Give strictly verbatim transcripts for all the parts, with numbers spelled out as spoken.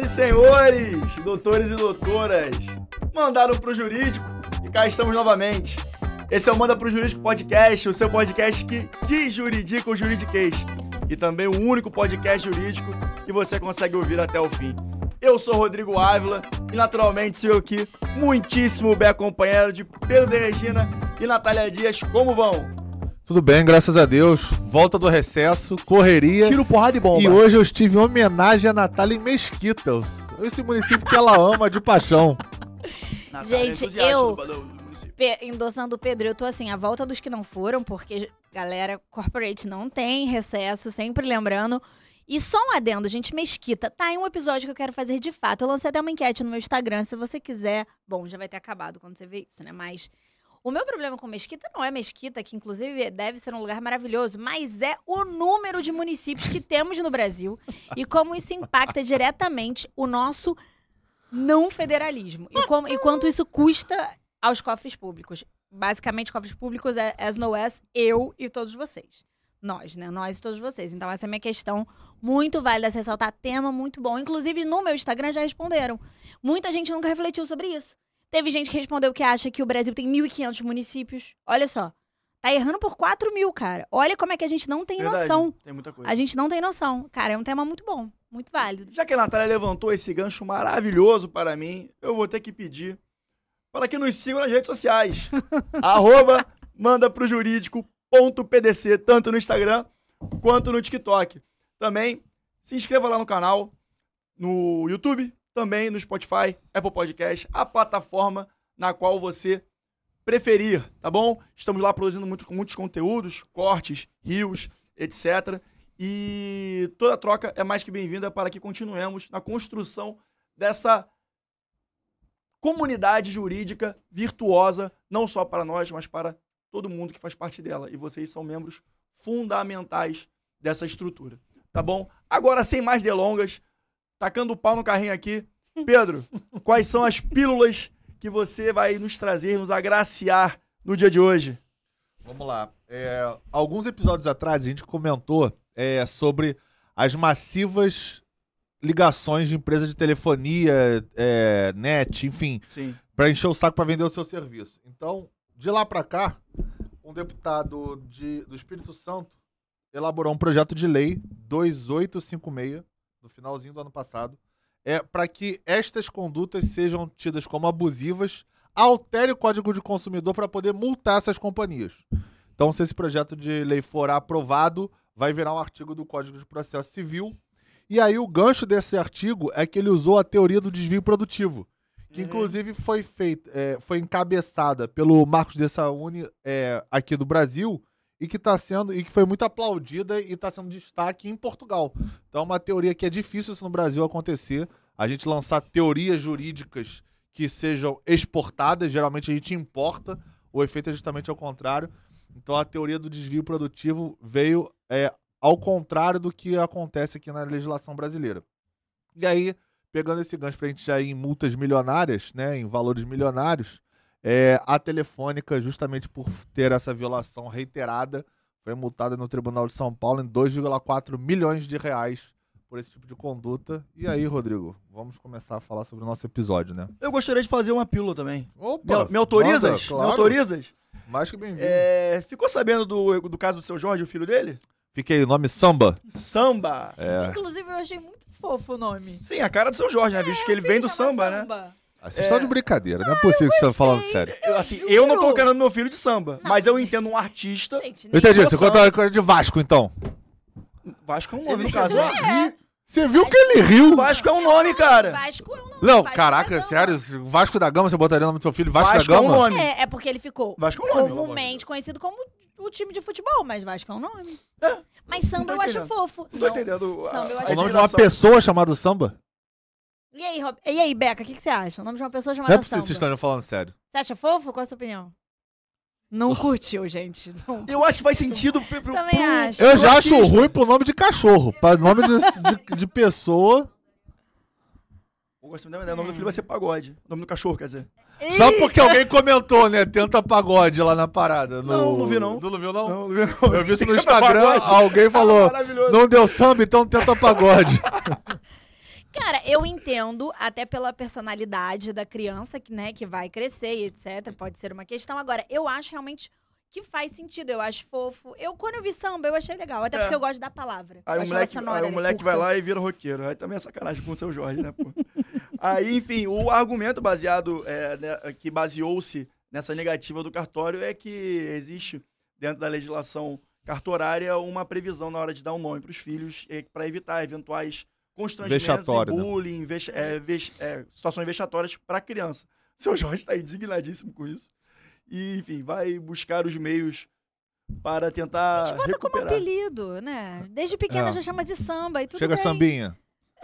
e senhores, doutores e doutoras, mandaram pro jurídico e cá estamos novamente. Esse é o Manda pro Jurídico Podcast, o seu podcast que desjuridica o juridiquês. E também o único podcast jurídico que você consegue ouvir até o fim. Eu sou Rodrigo Ávila e naturalmente sigo aqui muitíssimo bem acompanhado de Pedro de Regina e Natália Dias. Como vão? Tudo bem, graças a Deus. Volta do recesso, correria. Tiro, porrada e bomba. E hoje eu estive em homenagem a Natália em Mesquita, esse município que ela ama de paixão. Natália, Gente, eu, do, do município. pe- endossando o Pedro, eu tô assim, a volta dos que não foram, porque, galera, corporate não tem recesso, sempre lembrando. E só um adendo, gente, Mesquita, tá aí um episódio que eu quero fazer de fato. Eu lancei até uma enquete no meu Instagram, se você quiser. Bom, já vai ter acabado quando você vê isso, né? Mas o meu problema com Mesquita não é Mesquita, que inclusive deve ser um lugar maravilhoso, mas é o número de municípios que temos no Brasil e como isso impacta diretamente o nosso não federalismo. E, como, e quanto isso custa aos cofres públicos. Basicamente, cofres públicos é as no as, eu e todos vocês. Nós, né? Nós e todos vocês. Então, essa é a minha questão. Muito válida se ressaltar. Tema muito bom. Inclusive, no meu Instagram já responderam. Muita gente nunca refletiu sobre isso. Teve gente que respondeu que acha que o Brasil tem mil e quinhentos municípios. Olha só. Tá errando por quatro mil, cara. Olha como é que a gente não tem Verdade, noção. tem muita coisa. A gente não tem noção. Cara, é um tema muito bom. Muito válido. Já que a Natália levantou esse gancho maravilhoso para mim, eu vou ter que pedir para que nos sigam nas redes sociais. Arroba manda pro jurídico ponto P D C, tanto no Instagram quanto no TikTok. Também se inscreva lá no canal, no YouTube, também no Spotify, Apple Podcast, a plataforma na qual você preferir, tá bom? Estamos lá produzindo muito, muitos conteúdos, cortes, rios, etcétera. E toda troca é mais que bem-vinda para que continuemos na construção dessa comunidade jurídica virtuosa, não só para nós, mas para todo mundo que faz parte dela. E vocês são membros fundamentais dessa estrutura, tá bom? Agora, sem mais delongas, tacando o pau no carrinho aqui, Pedro, quais são as pílulas que você vai nos trazer, nos agraciar no dia de hoje? Vamos lá. É, alguns episódios atrás a gente comentou é, sobre as massivas ligações de empresas de telefonia, é, net, enfim, Sim. para encher o saco para vender o seu serviço. Então, de lá para cá, um deputado de, do Espírito Santo elaborou um projeto de lei dois mil oitocentos e cinquenta e seis, no finalzinho do ano passado, é, para que estas condutas sejam tidas como abusivas, altere o Código de Consumidor para poder multar essas companhias. Então, se esse projeto de lei for aprovado, vai virar um artigo do Código de Processo Civil. E aí o gancho desse artigo é que ele usou a teoria do desvio produtivo, que Uhum. inclusive foi feita, é, foi encabeçada pelo Marcos de Saúne é, aqui do Brasil, e que tá sendo, e que foi muito aplaudida e está sendo destaque em Portugal. Então é uma teoria que é difícil isso no Brasil acontecer, a gente lançar teorias jurídicas que sejam exportadas, geralmente a gente importa, o efeito é justamente ao contrário. Então a teoria do desvio produtivo veio é, ao contrário do que acontece aqui na legislação brasileira. E aí, pegando esse gancho pra gente já ir em multas milionárias, né, em valores milionários, é, a Telefônica, justamente por ter essa violação reiterada, foi multada no Tribunal de São Paulo em dois vírgula quatro milhões de reais por esse tipo de conduta. E aí, Rodrigo, vamos começar a falar sobre o nosso episódio, né? Eu gostaria de fazer uma pílula também. Opa! Me, me autorizas? Manda, claro. Me autorizas? Mais que bem-vindo. É, ficou sabendo do, do caso do seu Jorge, o filho dele? Fiquei, o nome Samba. Samba. É. Inclusive, eu achei muito fofo o nome. Sim, a cara do seu Jorge, né? Visto que ele vem do samba, né? Vocês estão de brincadeira, não é possível que você tá falando sério. Eu, assim, juro. eu não coloquei o nome do meu filho de samba, mas eu entendo um artista. Gente, Eu entendi, Nossa. você conta a coisa de Vasco, então. Vasco é um nome, no caso. É. Você viu que ele riu? Vasco é um nome, cara. Vasco é um nome. Não, Vasco caraca, da Gama. sério? Vasco da Gama, você botaria o nome do seu filho? Vasco, Vasco da é um Gama? nome. É, é porque ele ficou Vasco é um nome. comumente conhecido como o time de futebol, mas Vasco é um nome. É. Mas samba Não eu tô acho entendendo. fofo. Não tô entendendo a- Samba eu a O acho nome de uma admiração. pessoa chamada Samba? E aí, Rob... e aí, Beca, o que, que você acha? O nome de uma pessoa chamada Não é possível Samba. que vocês estão falando sério. Você acha fofo? Qual a sua opinião? Não curtiu, gente. Não. Eu acho que faz sentido pro, pro, Também acho. Eu pro já acho artista. ruim pro nome de cachorro. Para nome de, de, de pessoa. O nome do filho vai ser Pagode. O nome do cachorro, quer dizer. Só porque alguém comentou, né? Tenta pagode lá na parada. No... Não, não vi, não. Tu não viu, não? Não, não vi, não. Eu vi isso no Tenta Instagram, Pagode. alguém falou, Ah, maravilhoso. não deu samba, então tenta pagode. Cara, eu entendo, até pela personalidade da criança, que, né, que vai crescer e etcétera. Pode ser uma questão. Agora, eu acho realmente que faz sentido. Eu acho fofo. Eu, quando eu vi samba, eu achei legal. Até É. porque eu gosto da palavra. Aí eu o acho moleque, ela sonora, aí o ela é moleque vai curta. lá e vira roqueiro. Aí também é sacanagem com o seu Jorge, né, pô? Aí, enfim, o argumento baseado, é, né, que baseou-se nessa negativa do cartório é que existe, dentro da legislação cartorária, uma previsão na hora de dar um nome para os filhos é, para evitar eventuais constrangimentos e Vexatório, né? bullying, vex, é, vex, é, situações vexatórias para a criança. O seu Jorge está indignadíssimo com isso. E, enfim, vai buscar os meios para tentar A gente bota como recuperar. apelido, né? Desde pequena É. já chama de samba e tudo Chega bem. sambinha.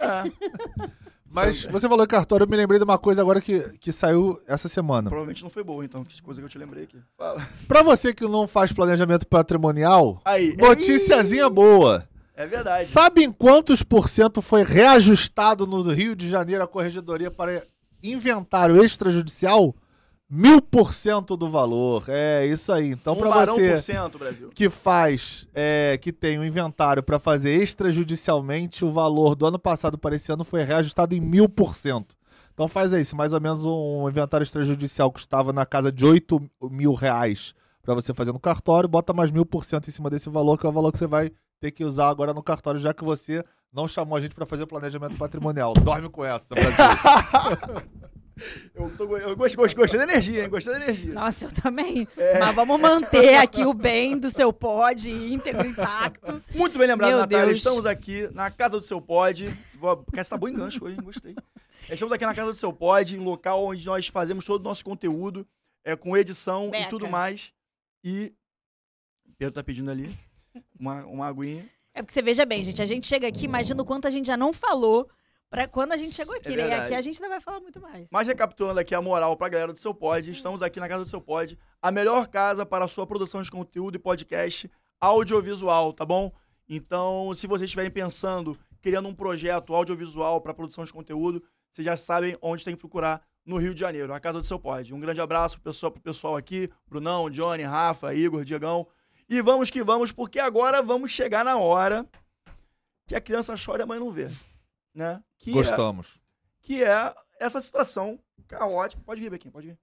É, Mas Samba. você falou cartório, eu me lembrei de uma coisa agora que, que saiu essa semana. Provavelmente não foi boa, então, que coisa que eu te lembrei aqui. Fala. Pra você que não faz planejamento patrimonial, Aí. noticiazinha boa. É verdade. Sabe em quantos por cento foi reajustado no Rio de Janeiro a corregedoria para inventário extrajudicial? Mil por cento do valor. É isso aí. Então, um pra barão você por cento, Brasil. que faz, é, que tem um inventário para fazer extrajudicialmente, o valor do ano passado para esse ano foi reajustado em mil por cento. Então faz aí, se mais ou menos um inventário extrajudicial custava na casa de oito mil reais para você fazer no cartório, bota mais mil por cento em cima desse valor, que é o valor que você vai ter que usar agora no cartório, já que você não chamou a gente para fazer planejamento patrimonial. Dorme com essa, Brasil. Eu, tô, eu gostei, gostei, gostei da energia, hein? Gostei da energia. Nossa, eu também. Mas vamos manter aqui o bem do seu pod íntegro, intacto. Muito bem lembrado, Meu Natália. Deus. Estamos aqui na casa do seu pod. Vou- Essa tá boa em gancho hoje, hein? Gostei. Estamos aqui na casa do seu pod, um local onde nós fazemos todo o nosso conteúdo, é, com edição Beca. e tudo mais. E. Pedro tá pedindo ali uma, uma aguinha. É porque você veja bem, gente, a gente chega aqui, imagina o quanto a gente já não falou pra quando a gente chegou aqui, É né? E verdade. aqui a gente ainda vai falar muito mais. Mas recapitulando aqui a moral pra galera do seu pod, estamos aqui na casa do seu pod, a melhor casa para a sua produção de conteúdo e podcast audiovisual, tá bom? Então, se vocês estiverem pensando, criando um projeto audiovisual para produção de conteúdo, vocês já sabem onde tem que procurar no Rio de Janeiro, a casa do seu pod. Um grande abraço pro pessoal, pro pessoal aqui, Brunão, Johnny, Rafa, Igor, Diegão. E vamos que vamos, porque agora vamos chegar na hora que a criança chora e a mãe não vê, né? Que é- Gostamos. que é essa situação caótica. Pode vir, Bequinho, pode vir.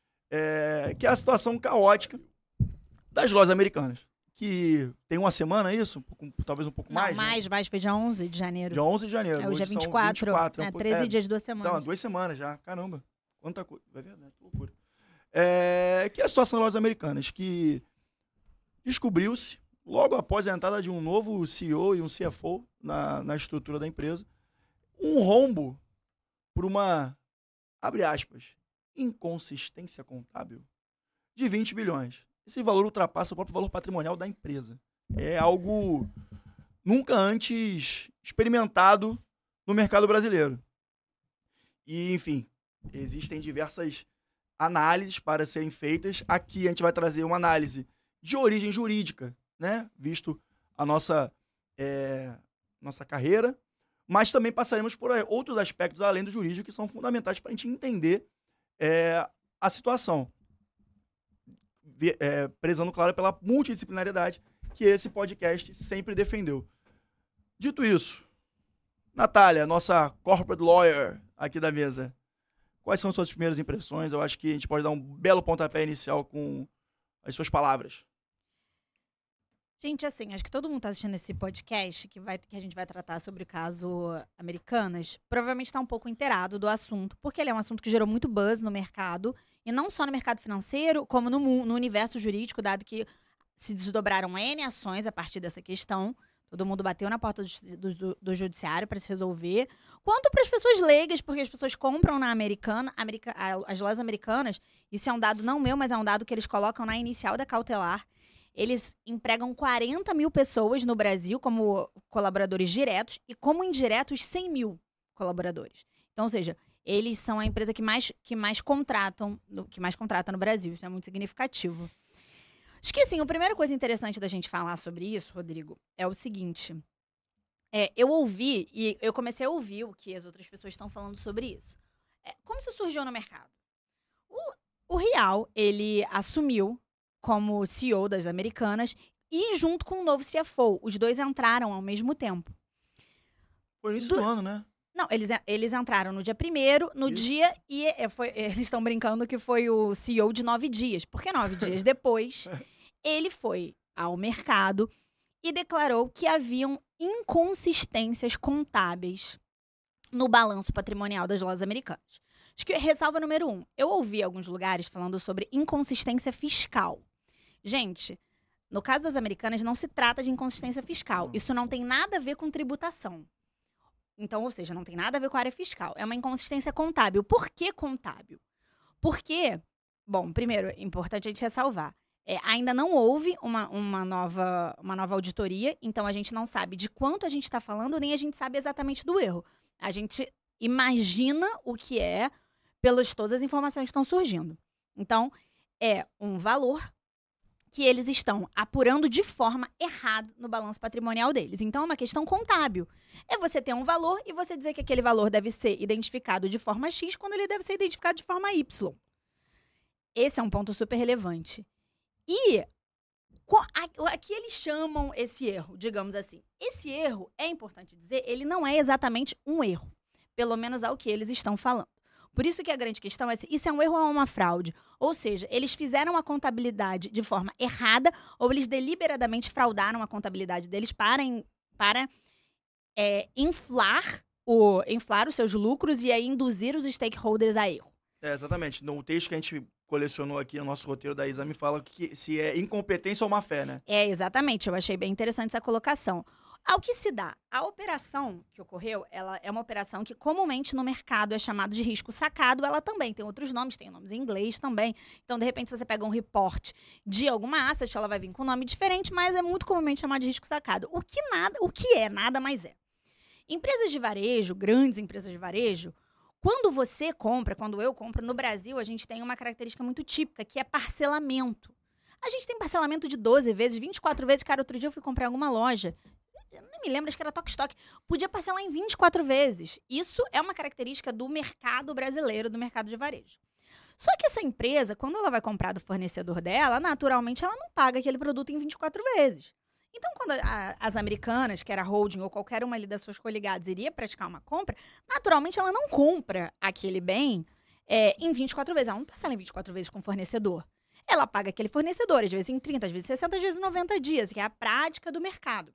É, que é a situação caótica das lojas americanas. Que tem uma semana, é isso? Um pouco- talvez um pouco Não, mais. mais, né? mais, foi dia onze de janeiro. Dia onze de janeiro. É, hoje é são vinte e quatro. vinte e quatro, É, um pouco- treze é, dias, duas semanas. Então, duas semanas já. Caramba. Quanta coisa. É verdade, que loucura. É, que é a situação das lojas americanas, que descobriu-se, logo após a entrada de um novo C E O e um C F O na, na estrutura da empresa, um rombo por uma, abre aspas, inconsistência contábil de vinte bilhões. Esse valor ultrapassa o próprio valor patrimonial da empresa. É algo nunca antes experimentado no mercado brasileiro. E, enfim, existem diversas análises para serem feitas. Aqui a gente vai trazer uma análise de origem jurídica, né? Visto a nossa, é, nossa carreira, mas também passaremos por outros aspectos além do jurídico que são fundamentais para a gente entender é, a situação. Vi- é, prezando, claro, pela multidisciplinaridade que esse podcast sempre defendeu. Dito isso, Natália, nossa corporate lawyer aqui da mesa, quais são as suas primeiras impressões? Eu acho que a gente pode dar um belo pontapé inicial com as suas palavras. Gente, assim, acho que todo mundo tá assistindo esse podcast que, vai, que a gente vai tratar sobre o caso Americanas, provavelmente está um pouco inteirado do assunto, porque ele é um assunto que gerou muito buzz no mercado, e não só no mercado financeiro, como no, mu- no universo jurídico, dado que se desdobraram N ações a partir dessa questão. Todo mundo bateu na porta do, do, do judiciário para se resolver. Quanto para as pessoas leigas, porque as pessoas compram na Americana, America, as lojas americanas, isso é um dado não meu, mas é um dado que eles colocam na inicial da cautelar. Eles empregam quarenta mil pessoas no Brasil como colaboradores diretos e como indiretos cem mil colaboradores. Então, ou seja, eles são a empresa que mais, que mais contratam, no- que mais contrata no Brasil. Isso é muito significativo. Acho que, assim, a primeira coisa interessante da gente falar sobre isso, Rodrigo, é o seguinte. É, eu ouvi, e eu comecei a ouvir o que as outras pessoas estão falando sobre isso. É, como isso surgiu no mercado? O, o Rial, ele assumiu como C E O das Americanas e junto com o novo C F O. Os dois entraram ao mesmo tempo. Foi no início Do- do ano, né? Não, eles, eles entraram no dia primeiro, no Isso. dia, e é, foi, eles estão brincando que foi o C E O de nove dias. Porque nove dias depois, ele foi ao mercado e declarou que haviam inconsistências contábeis no balanço patrimonial das lojas americanas. Acho que ressalva número um. Eu ouvi alguns lugares falando sobre inconsistência fiscal. Gente, no caso das americanas, não se trata de inconsistência fiscal. Isso não tem nada a ver com tributação. Então, ou seja, não tem nada a ver com a área fiscal. É uma inconsistência contábil. Por que contábil? Porque, bom, primeiro, é importante a gente ressalvar. É, ainda não houve uma, uma, nova, uma nova auditoria, então a gente não sabe de quanto a gente está falando, nem a gente sabe exatamente do erro. A gente imagina o que é pelas todas as informações que estão surgindo. Então, é um valor que eles estão apurando de forma errada no balanço patrimonial deles. Então, é uma questão contábil. É você ter um valor e você dizer que aquele valor deve ser identificado de forma X quando ele deve ser identificado de forma Y. Esse é um ponto super relevante. E aqui eles chamam esse erro, digamos assim. Esse erro, é importante dizer, ele não é exatamente um erro. Pelo menos ao que eles estão falando. Por isso que a grande questão é se isso é um erro ou uma fraude. Ou seja, eles fizeram a contabilidade de forma errada ou eles deliberadamente fraudaram a contabilidade deles para, para é, inflar, o, inflar os seus lucros e aí induzir os stakeholders a erro. É, exatamente. No texto que a gente colecionou aqui no nosso roteiro da Isa, me fala que se é incompetência ou má fé, né? É, exatamente. Eu achei bem interessante essa colocação. Ao que se dá? A operação que ocorreu, ela é uma operação que comumente no mercado é chamada de risco sacado. Ela também tem outros nomes, tem nomes em inglês também. Então, de repente, se você pega um report de alguma asset, ela vai vir com um nome diferente, mas é muito comumente chamada de risco sacado. O que, nada, o que é, nada mais é. Empresas de varejo, grandes empresas de varejo, quando você compra, quando eu compro, no Brasil, a gente tem uma característica muito típica, que é parcelamento. A gente tem parcelamento de doze vezes, vinte e quatro vezes. Cara, outro dia eu fui comprar em alguma loja. Eu nem me lembro, acho que era Tok Stock. Podia parcelar em vinte e quatro vezes. Isso é uma característica do mercado brasileiro, do mercado de varejo. Só que essa empresa, quando ela vai comprar do fornecedor dela, naturalmente ela não paga aquele produto em vinte e quatro vezes. Então, quando a, as americanas, que era holding ou qualquer uma ali das suas coligadas, iria praticar uma compra, naturalmente ela não compra aquele bem é, em vinte e quatro vezes. Ela não parcela em vinte e quatro vezes com o fornecedor. Ela paga aquele fornecedor, às vezes em trinta, às vezes sessenta, às vezes noventa dias, que é a prática do mercado.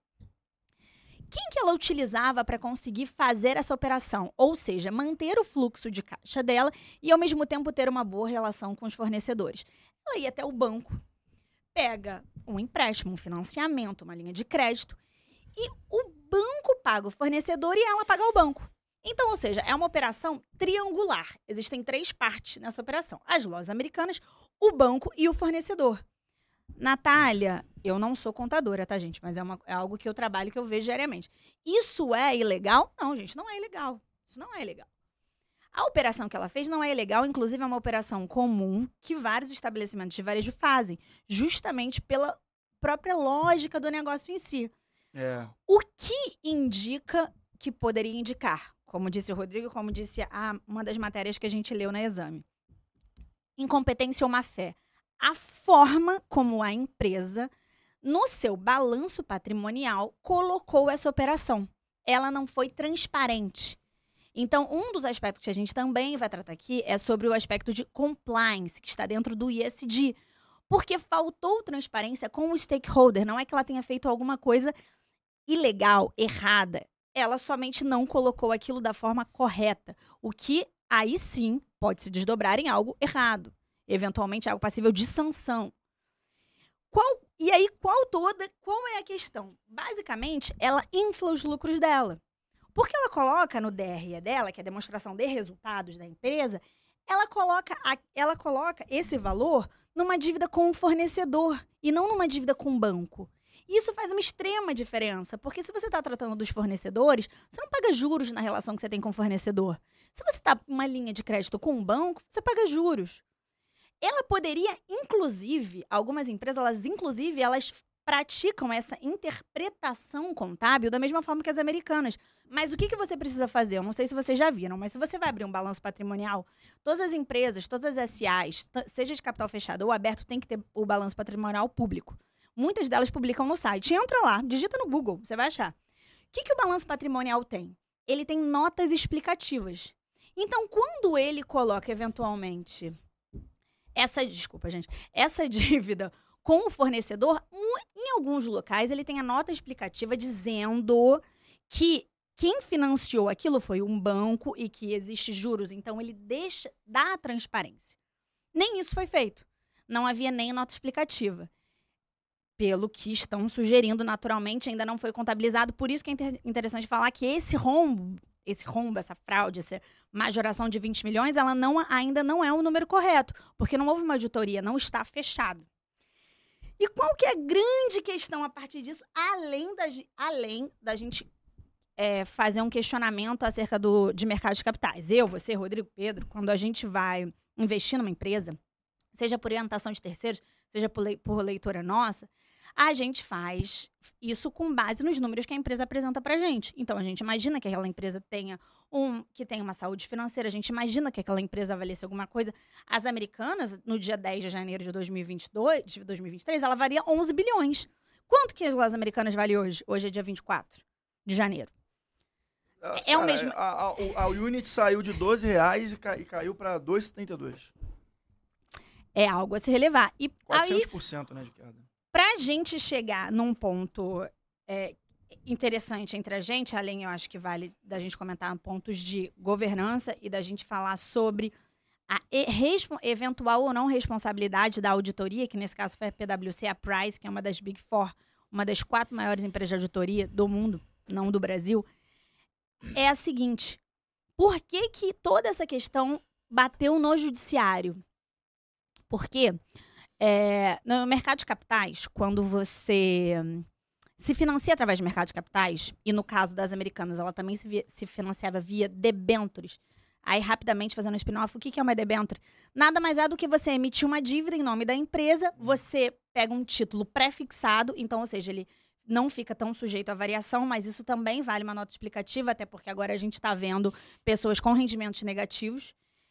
Quem que ela utilizava para conseguir fazer essa operação? Ou seja, manter o fluxo de caixa dela e, ao mesmo tempo, ter uma boa relação com os fornecedores. Ela ia até o banco, pega um empréstimo, um financiamento, uma linha de crédito, e o banco paga o fornecedor e ela paga o banco. Então, ou seja, é uma operação triangular. Existem três partes nessa operação. As lojas americanas, o banco e o fornecedor. Natália, eu não sou contadora, tá, gente? Mas é, uma, é algo que eu trabalho, que eu vejo diariamente. Isso é ilegal? Não, gente, não é ilegal. Isso não é ilegal. A operação que ela fez não é ilegal, inclusive é uma operação comum que vários estabelecimentos de varejo fazem, justamente pela própria lógica do negócio em si. É. O que indica que poderia indicar? Como disse o Rodrigo, como disse a, uma das matérias que a gente leu no exame. Incompetência ou má fé. A forma como a empresa, no seu balanço patrimonial, colocou essa operação. Ela não foi transparente. Então, um dos aspectos que a gente também vai tratar aqui é sobre o aspecto de compliance, que está dentro do E S G. Porque faltou transparência com o stakeholder. Não é que ela tenha feito alguma coisa ilegal, errada. Ela somente não colocou aquilo da forma correta. O que, aí sim, pode se desdobrar em algo errado. Eventualmente, algo passível de sanção. Qual, e aí, qual toda, qual é a questão? Basicamente, ela infla os lucros dela. Porque ela coloca no D R E dela, que é a demonstração de resultados da empresa, ela coloca, a, ela coloca esse valor numa dívida com o fornecedor e não numa dívida com o banco. Isso faz uma extrema diferença, porque se você está tratando dos fornecedores, você não paga juros na relação que você tem com o fornecedor. Se você está com uma linha de crédito com um banco, você paga juros. Ela poderia, inclusive, algumas empresas, elas inclusive, elas praticam essa interpretação contábil da mesma forma que as americanas. Mas o que, que você precisa fazer? Eu não sei se vocês já viram, mas se você vai abrir um balanço patrimonial, todas as empresas, todas as S As, seja de capital fechado ou aberto, tem que ter o balanço patrimonial público. Muitas delas publicam no site. Entra lá, digita no Google, você vai achar. O que, que o balanço patrimonial tem? ele tem notas explicativas. Então, quando ele coloca, eventualmente, essa, desculpa, gente, essa dívida com o fornecedor, em alguns locais, ele tem a nota explicativa dizendo que quem financiou aquilo foi um banco e que existe juros. Então, ele deixa, dá a transparência. Nem isso foi feito. Não havia nem nota explicativa. Pelo que estão sugerindo, naturalmente, ainda não foi contabilizado. Por isso que é inter- interessante falar que esse rombo, esse rombo, essa fraude, essa majoração de vinte milhões, ela não, ainda não é o número correto, porque não houve uma auditoria, não está fechado. E qual que é a grande questão a partir disso, além da, além da gente é, fazer um questionamento acerca do, de mercado de capitais? Eu, você, Rodrigo, Pedro, quando a gente vai investir numa empresa, seja por orientação de terceiros, seja por, lei, por leitura nossa, a gente faz isso com base nos números que a empresa apresenta pra gente. Então, a gente imagina que aquela empresa tenha, um, que tenha uma saúde financeira, a gente imagina que aquela empresa valesse alguma coisa. As americanas, no dia dez de janeiro de dois mil e vinte e dois, de dois mil e vinte e três, ela valia onze bilhões. Quanto que as americanas valem hoje? Hoje é dia vinte e quatro de janeiro. Ah, É o cara, mesmo- A, a, a, a Unity saiu de doze reais e, ca- e caiu para dois reais e setenta e dois centavos. É algo a se relevar. E aí, quatrocentos por cento, né, de queda. pra gente chegar num ponto é, interessante entre a gente, além, eu acho que vale da gente comentar pontos de governança e da gente falar sobre a e- respo- eventual ou não responsabilidade da auditoria, que nesse caso foi a P W C, a Price, que é uma das Big Four, uma das quatro maiores empresas de auditoria do mundo, não do Brasil, é a seguinte: por que que toda essa questão bateu no judiciário? Porque é, no mercado de capitais, quando você hum, se financia através de mercado de capitais, e no caso das americanas, ela também se, via- se financiava via debêntures. Aí, rapidamente, fazendo um spin-off, o que que é uma debênture? Nada mais é do que você emitir uma dívida em nome da empresa, você pega um título pré-fixado, então, ou seja, ele não fica tão sujeito à variação, mas isso também vale uma nota explicativa, até porque agora a gente está vendo pessoas com rendimentos negativos.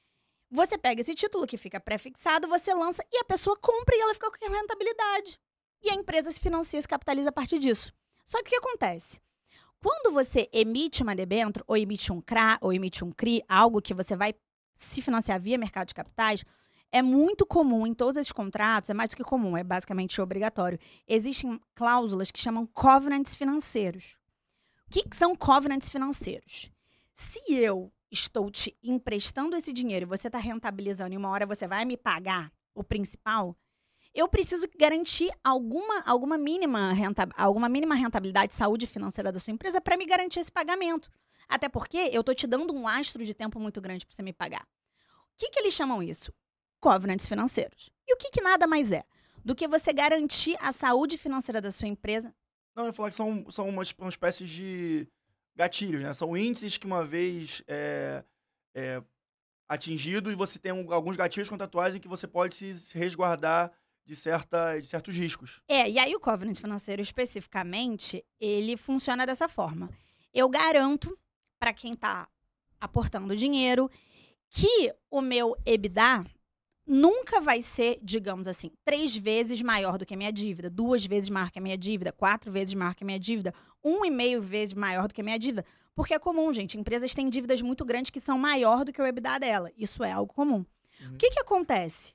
Você pega esse título que fica pré-fixado, você lança e a pessoa compra e ela fica com rentabilidade. E a empresa se financia, se capitaliza a partir disso. Só que o que acontece? Quando você emite uma debênture, ou emite um C R A, ou emite um C R I, algo que você vai se financiar via mercado de capitais, é muito comum em todos esses contratos, é mais do que comum, é basicamente obrigatório. Existem cláusulas que chamam covenants financeiros. O que que são covenants financeiros? Se eu estou te emprestando esse dinheiro e você está rentabilizando e uma hora você vai me pagar o principal, eu preciso garantir alguma, alguma, mínima, renta, alguma mínima rentabilidade, saúde financeira da sua empresa para me garantir esse pagamento. Até porque eu estou te dando um lastro de tempo muito grande para você me pagar. O que que eles chamam isso? Covenants financeiros. E o que que nada mais é do que você garantir a saúde financeira da sua empresa? Não, eu ia falar que são, são uma, uma espécie de gatilhos, né? São índices que uma vez é, é, atingidos, você tem um- alguns gatilhos contratuais em que você pode se, se resguardar de, certa, de certos riscos. É, e aí o covenant financeiro especificamente, ele funciona dessa forma. Eu garanto para quem está aportando dinheiro que o meu EBITDA nunca vai ser, digamos assim, três vezes maior do que a minha dívida, duas vezes maior que a minha dívida, quatro vezes maior que a minha dívida, um e meio vezes maior do que a minha dívida. Porque é comum, gente. Empresas têm dívidas muito grandes que são maior do que o EBITDA dela. Isso é algo comum. Uhum. O que que acontece?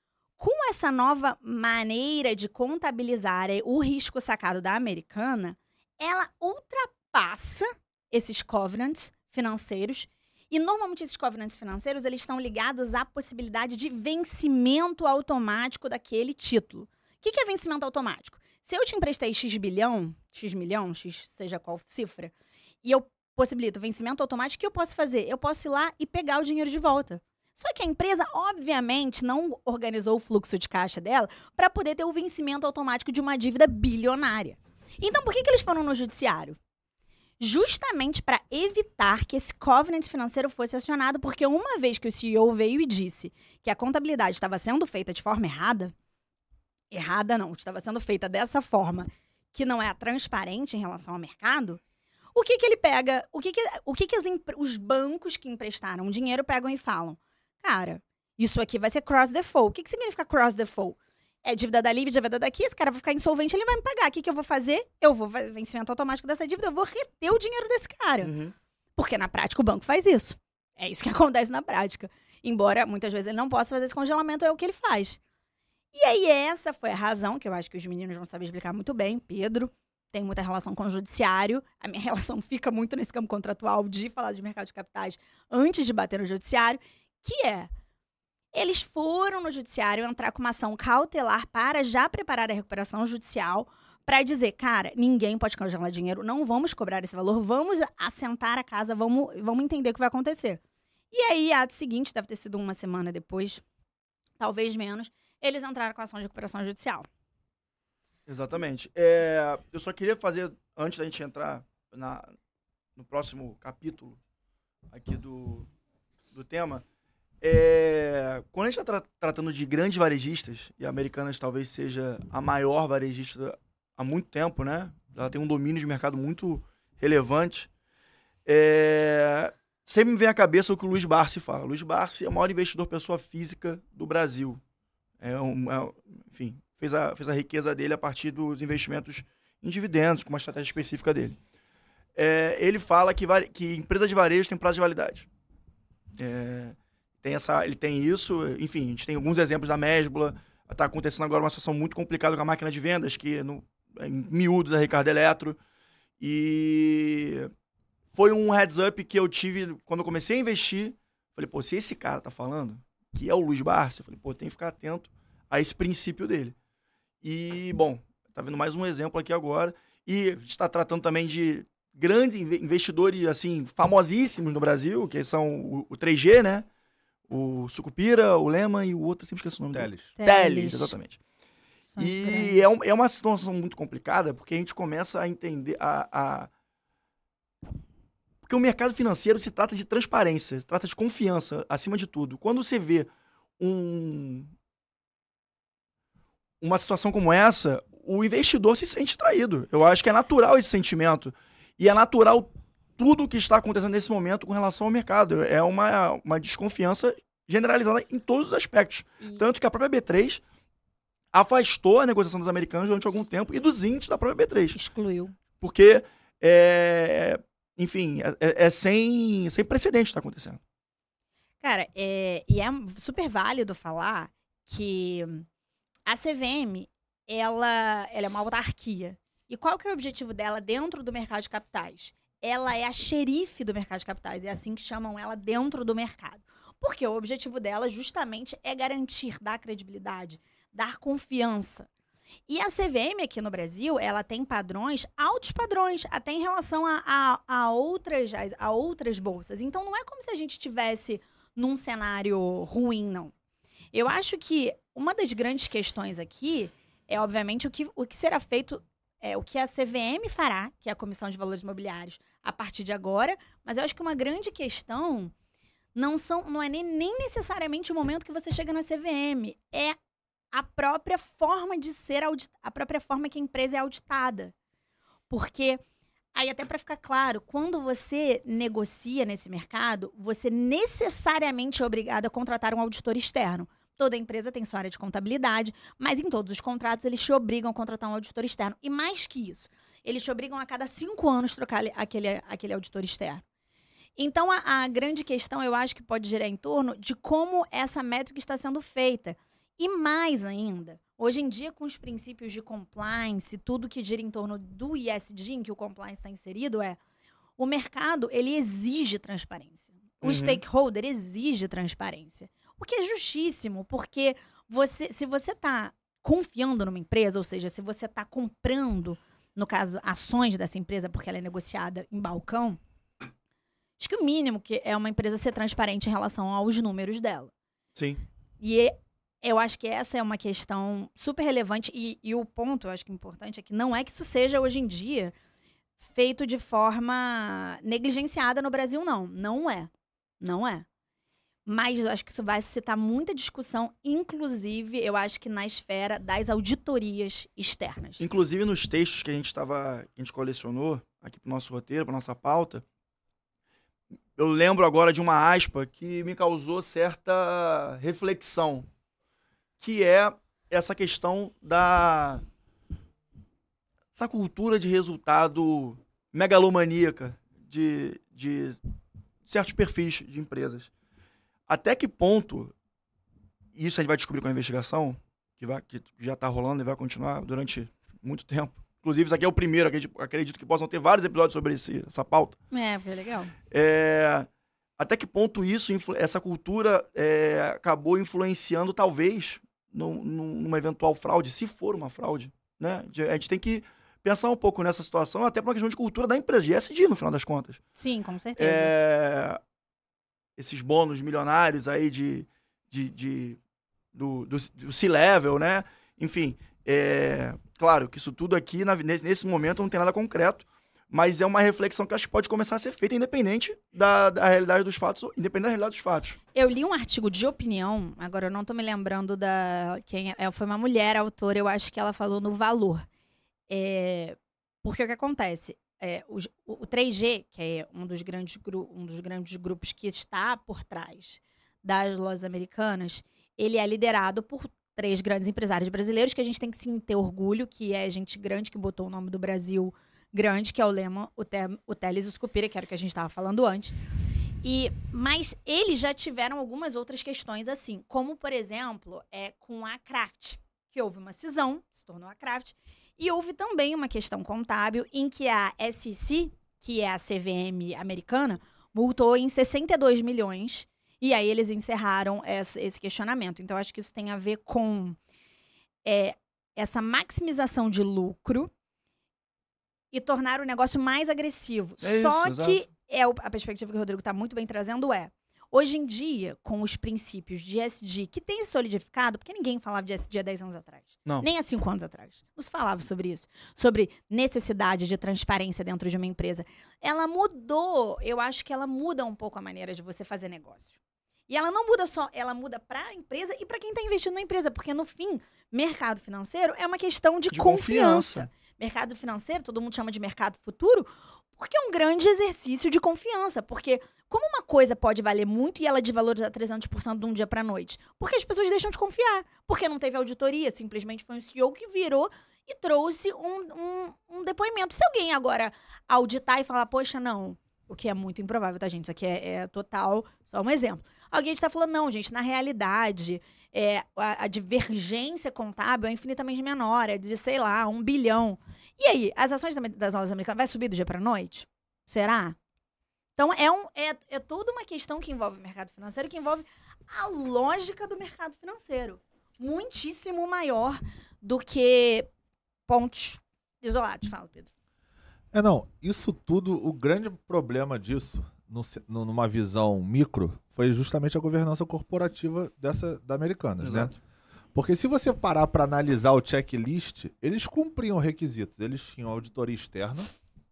Com essa nova maneira de contabilizar o risco sacado da Americana, ela ultrapassa esses covenants financeiros. E, normalmente, esses covenants financeiros, eles estão ligados à possibilidade de vencimento automático daquele título. O que que é vencimento automático? Se eu te emprestei X bilhão, X milhão, X seja qual cifra, e eu possibilito vencimento automático, o que eu posso fazer? Eu posso ir lá e pegar o dinheiro de volta. Só que a empresa, obviamente, não organizou o fluxo de caixa dela para poder ter o vencimento automático de uma dívida bilionária. Então, por que que eles foram no judiciário? Justamente para evitar que esse covenant financeiro fosse acionado, porque uma vez que o C E O veio e disse que a contabilidade estava sendo feita de forma errada, errada não, estava sendo feita dessa forma, que não é transparente em relação ao mercado, o que que ele pega, o que que, o que, que as, os bancos que emprestaram dinheiro pegam e falam? Cara, isso aqui vai ser cross default. O que que significa cross default? É dívida dali, dívida daqui, esse cara vai ficar insolvente, ele vai me pagar. O que que eu vou fazer? Eu vou, vencimento automático dessa dívida, eu vou reter o dinheiro desse cara. Uhum. Porque na prática o banco faz isso. É isso que acontece na prática. Embora muitas vezes ele não possa fazer esse congelamento, é o que ele faz. E aí essa foi a razão, que eu acho que os meninos vão saber explicar muito bem. Pedro tem muita relação com o judiciário. A minha relação fica muito nesse campo contratual de falar de mercado de capitais antes de bater no judiciário, que é, eles foram no judiciário entrar com uma ação cautelar para já preparar a recuperação judicial para dizer, cara, ninguém pode congelar dinheiro, não vamos cobrar esse valor, vamos assentar a casa, vamos, vamos entender o que vai acontecer. E aí, ato seguinte, deve ter sido uma semana depois, talvez menos, eles entraram com a ação de recuperação judicial. Exatamente. É, eu só queria fazer, antes da gente entrar na, no próximo capítulo aqui do, do tema, é, quando a gente está tra- tratando de grandes varejistas, e a Americanas talvez seja a maior varejista há muito tempo, né? Ela tem um domínio de mercado muito relevante. É, sempre me vem à cabeça o que o Luiz Barsi fala. O Luiz Barsi é o maior investidor pessoa física do Brasil. É um, é, enfim, fez a, fez a riqueza dele a partir dos investimentos em dividendos, com uma estratégia específica dele. É, ele fala que, vare, que empresa de varejo tem prazo de validade. É, tem essa, ele tem isso, enfim, a gente tem alguns exemplos da Mesbla. Está acontecendo agora uma situação muito complicada com a máquina de vendas, que no, em miúdos é Ricardo Eletro. E foi um heads up que eu tive quando eu comecei a investir. Falei, pô, se esse cara tá falando, que é o Luiz Barsi, eu falei, pô, tem que ficar atento a esse princípio dele. E, bom, tá vendo mais um exemplo aqui agora. E a gente está tratando também de grandes investidores, assim, famosíssimos no Brasil, que são o, o três G, né? O Sucupira, o Lema e o outro, sempre esqueci o nome Teles. dele. Teles, exatamente. E é, um, é uma situação muito complicada, porque a gente começa a entender a, a... Porque o mercado financeiro se trata de transparência, se trata de confiança, acima de tudo. Quando você vê um... uma situação como essa, o investidor se sente traído. Eu acho que é natural esse sentimento. E é natural tudo o que está acontecendo nesse momento com relação ao mercado. É uma, uma desconfiança generalizada em todos os aspectos. E... Tanto que a própria B três afastou a negociação dos americanos durante algum tempo e dos índices da própria B três. Excluiu. Porque, é, enfim, é, é sem, sem precedente o que está acontecendo. Cara, é, e é super válido falar que a C V M, ela, ela é uma autarquia. E qual que é o objetivo dela dentro do mercado de capitais? Ela é a xerife do mercado de capitais, é assim que chamam ela dentro do mercado. Porque o objetivo dela justamente é garantir, dar credibilidade, dar confiança. E a C V M aqui no Brasil, ela tem padrões, altos padrões, até em relação a, a, a, outras, a, a outras bolsas. Então não é como se a gente estivesse num cenário ruim, não. Eu acho que uma das grandes questões aqui é, obviamente, o que, o que será feito, é, o que a C V M fará, que é a Comissão de Valores Imobiliários, a partir de agora. Mas eu acho que uma grande questão não, são, não é nem, nem necessariamente o momento que você chega na C V M. É a própria forma de ser, audit, a própria forma que a empresa é auditada. Porque, aí até para ficar claro, quando você negocia nesse mercado, você necessariamente é obrigado a contratar um auditor externo. Toda empresa tem sua área de contabilidade, mas em todos os contratos eles te obrigam a contratar um auditor externo. E mais que isso, eles te obrigam a cada cinco anos trocar aquele, aquele auditor externo. Então, a, a grande questão, eu acho que pode girar em torno de como essa métrica está sendo feita. E mais ainda, hoje em dia, com os princípios de compliance, tudo que gira em torno do E S G, em que o compliance está inserido, é o mercado, ele exige transparência. O Uhum. stakeholder exige transparência. O que é justíssimo, porque você, se você está confiando numa empresa, ou seja, se você está comprando, no caso, ações dessa empresa, porque ela é negociada em balcão, acho que o mínimo que é uma empresa ser transparente em relação aos números dela. Sim. E eu acho que essa é uma questão super relevante. E, e o ponto, eu acho que é importante, é que não é que isso seja, hoje em dia, feito de forma negligenciada no Brasil, não. Não é. Não é. Mas eu acho que isso vai suscitar muita discussão, inclusive, eu acho que na esfera das auditorias externas. Inclusive, nos textos que a gente estava, que a gente colecionou aqui para o nosso roteiro, para nossa pauta, eu lembro agora de uma aspa que me causou certa reflexão, que é essa questão da essa cultura de resultado megalomaníaca de, de certos perfis de empresas. Até que ponto, isso a gente vai descobrir com a investigação, que, vai, que já está rolando e vai continuar durante muito tempo. Inclusive, isso aqui é o primeiro, acredito, acredito que possam ter vários episódios sobre esse, essa pauta. É, foi legal. É, até que ponto isso, essa cultura é, acabou influenciando, talvez, no, no, numa eventual fraude, se for uma fraude, né? A gente tem que pensar um pouco nessa situação, até por uma questão de cultura da empresa, de E S G, no final das contas. Sim, com certeza. É, esses bônus milionários aí de, de, de, do, do, do C-Level, né? Enfim, é, claro que isso tudo aqui, na, nesse, nesse momento, não tem nada concreto, mas é uma reflexão que acho que pode começar a ser feita independente da, da realidade dos fatos, independente da realidade dos fatos. Eu li um artigo de opinião, agora eu não tô me lembrando da... quem é, foi uma mulher autora, eu acho que ela falou no Valor. É, porque o que acontece? É, o, o três G, que é um dos, grandes gru, um dos grandes grupos que está por trás das lojas americanas, ele é liderado por três grandes empresários brasileiros, que a gente tem que sim ter orgulho, que é gente grande que botou o nome do Brasil grande, que é o Lema, o, Te, o Teles e o Scupira, que era o que a gente estava falando antes. E, mas eles já tiveram algumas outras questões assim, como, por exemplo, é, com a Kraft, que houve uma cisão, se tornou a Kraft, e houve também uma questão contábil em que a S E C, que é a C V M americana, multou em sessenta e dois milhões, e aí eles encerraram essa, esse questionamento. Então, acho que isso tem a ver com é, essa maximização de lucro e tornar o negócio mais agressivo. É Só isso, que exato. é o, a perspectiva que o Rodrigo está muito bem trazendo é, hoje em dia, com os princípios de E S G, que tem se solidificado, porque ninguém falava de E S G há dez anos atrás. Não. Nem há cinco anos atrás. Não se falava sobre isso. Sobre necessidade de transparência dentro de uma empresa. Ela mudou, eu acho que ela muda um pouco a maneira de você fazer negócio. E ela não muda só, ela muda para a empresa e para quem está investindo na empresa. Porque, no fim, mercado financeiro é uma questão de, De confiança. confiança. Mercado financeiro, todo mundo chama de mercado futuro, porque é um grande exercício de confiança. Porque como uma coisa pode valer muito e ela desvalorizar trezentos por cento de um dia para a noite? Porque as pessoas deixam de confiar. Porque não teve auditoria, simplesmente foi um C E O que virou e trouxe um, um, um depoimento. Se alguém agora auditar e falar, poxa, não, o que é muito improvável, tá, gente? Isso aqui é, é total, só um exemplo. Alguém está falando, não, gente, na realidade, é, a, a divergência contábil é infinitamente menor, é de, sei lá, um bilhão. E aí, as ações das lojas americanas vai subir do dia para a noite? Será? Então, é, um, é, é toda uma questão que envolve o mercado financeiro, que envolve a lógica do mercado financeiro. Muitíssimo maior do que pontos isolados. Fala, Pedro. É, não, isso tudo, o grande problema disso, no, no, numa visão micro, foi justamente a governança corporativa dessa, da Americanas, Exato. né? Porque se você parar para analisar o checklist, eles cumpriam requisitos. Eles tinham auditoria externa,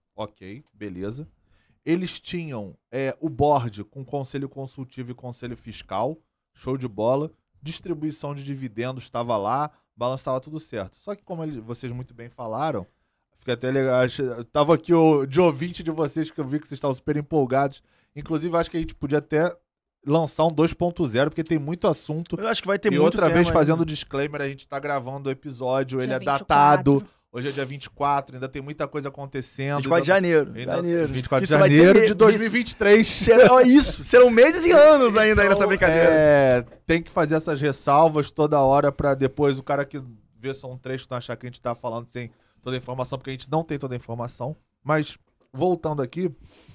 ok, beleza. Eles tinham é, o board com conselho consultivo e conselho fiscal, show de bola. Distribuição de dividendos estava lá, balanço estava tudo certo. Só que como ele, vocês muito bem falaram, fica até legal, acho, tava aqui o de ouvinte de vocês que eu vi que vocês estavam super empolgados. Inclusive, acho que a gente podia até lançar um dois ponto zero, porque tem muito assunto. Eu acho que vai ter E muito outra tema vez, ainda. fazendo o disclaimer, a gente tá gravando o episódio, ele Dia é vinte e quatro. datado. Hoje é dia vinte e quatro, ainda tem muita coisa acontecendo. vinte e quatro de ainda- janeiro. ainda- janeiro. vinte e quatro de Isso vai ter janeiro me- de dois mil e vinte e três. Será, ó, isso, serão meses e anos ainda aí nessa Então, brincadeira. É, tem que fazer essas ressalvas toda hora pra depois o cara que vê só um trecho não achar que a gente tá falando sem toda a informação, porque a gente não tem toda a informação. Mas, voltando aqui,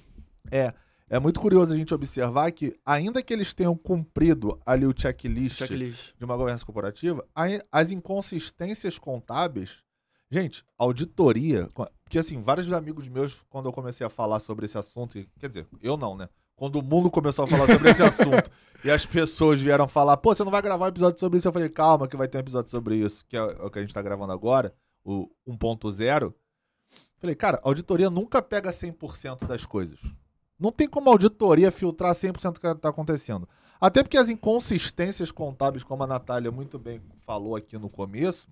é, é muito curioso a gente observar que, ainda que eles tenham cumprido ali o checklist, Checklist. de uma governança corporativa, aí as inconsistências contábeis, gente, auditoria, porque assim, vários amigos meus, quando eu comecei a falar sobre esse assunto, e- quer dizer, eu não, né? Quando o mundo começou a falar sobre esse assunto e as pessoas vieram falar, pô, você não vai gravar um episódio sobre isso? Eu falei, calma que vai ter um episódio sobre isso, que é o que a gente tá gravando agora, o um ponto zero. Falei, cara, a auditoria nunca pega cem por cento das coisas. Não tem como a auditoria filtrar cem por cento do que está acontecendo. Até porque as inconsistências contábeis, como a Natália muito bem falou aqui no começo,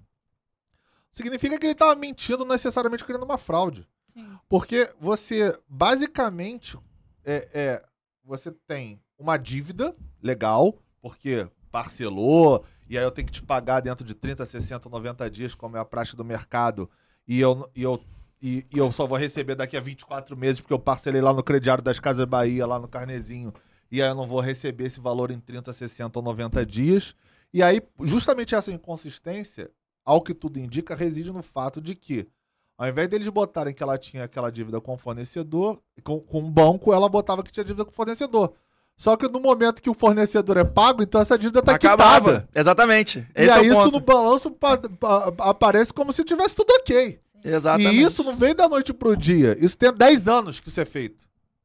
significa que ele estava mentindo necessariamente querendo uma fraude. Sim. Porque você, basicamente, é, é, você tem uma dívida legal, porque parcelou, e aí eu tenho que te pagar dentro de trinta, sessenta, noventa dias, como é a praxe do mercado, e eu, e eu e, e eu só vou receber daqui a vinte e quatro meses, porque eu parcelei lá no crediário das Casas Bahia, lá no Carnezinho, e aí eu não vou receber esse valor em trinta, sessenta ou noventa dias. E aí, justamente essa inconsistência, ao que tudo indica, reside no fato de que, ao invés deles botarem que ela tinha aquela dívida com o fornecedor, com, com o banco, ela botava que tinha dívida com o fornecedor. Só que no momento que o fornecedor é pago, então essa dívida tá Acabava. quitada. Exatamente. E Esse aí é o isso ponto. no balanço pa- pa- aparece como se tivesse tudo ok. Exatamente. E isso não vem da noite pro dia. Isso tem dez anos que isso é feito.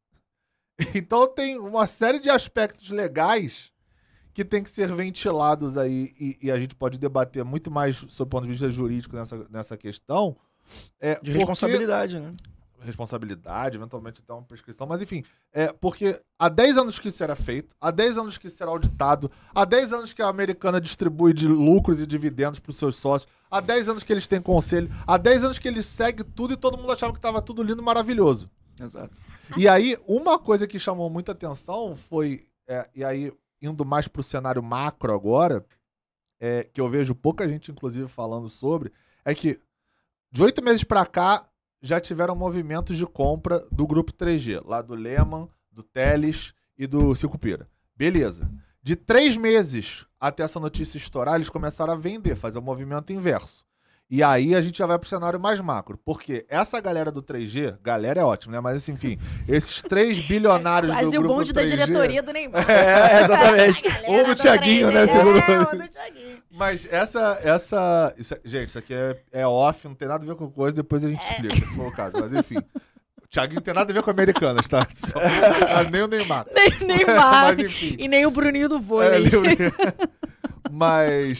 Então tem uma série de aspectos legais que tem que ser ventilados aí, e, e a gente pode debater muito mais sob o ponto de vista jurídico nessa, nessa questão. É, De porque- responsabilidade, né? responsabilidade, eventualmente até uma prescrição, mas enfim, é porque há dez anos que isso era feito, há dez anos que isso era auditado, há dez anos que a Americana distribui de lucros e dividendos para os seus sócios, há dez anos que eles têm conselho, há dez anos que eles seguem tudo e todo mundo achava que estava tudo lindo e maravilhoso. Exato. E aí, uma coisa que chamou muita atenção foi, é, e aí indo mais para o cenário macro agora, é, que eu vejo pouca gente inclusive falando sobre, é que de oito meses para cá, já tiveram movimentos de compra do grupo três G, lá do Lehman, do Teles e do Sicupira. Beleza. De três meses até essa notícia estourar, eles começaram a vender, fazer o movimento inverso. E aí a gente já vai pro cenário mais macro. Porque essa galera do três G, galera é ótimo, né? Mas enfim, esses três bilionários Quase do o grupo bonde da três G... diretoria do Neymar. É, exatamente. A galera Ou do do Thiaguinho, três G. né, segundo- É, ou do Thiaguinho. Mas essa, essa, isso é- gente, isso aqui é, é off, não tem nada a ver com coisa, depois a gente explica, se for o caso. Mas enfim, o Thiaguinho não tem nada a ver com Americanas, tá? Só, nem o Neymar. Nem Neymar. Mas enfim. E nem o Bruninho do É, vôlei. livre. Mas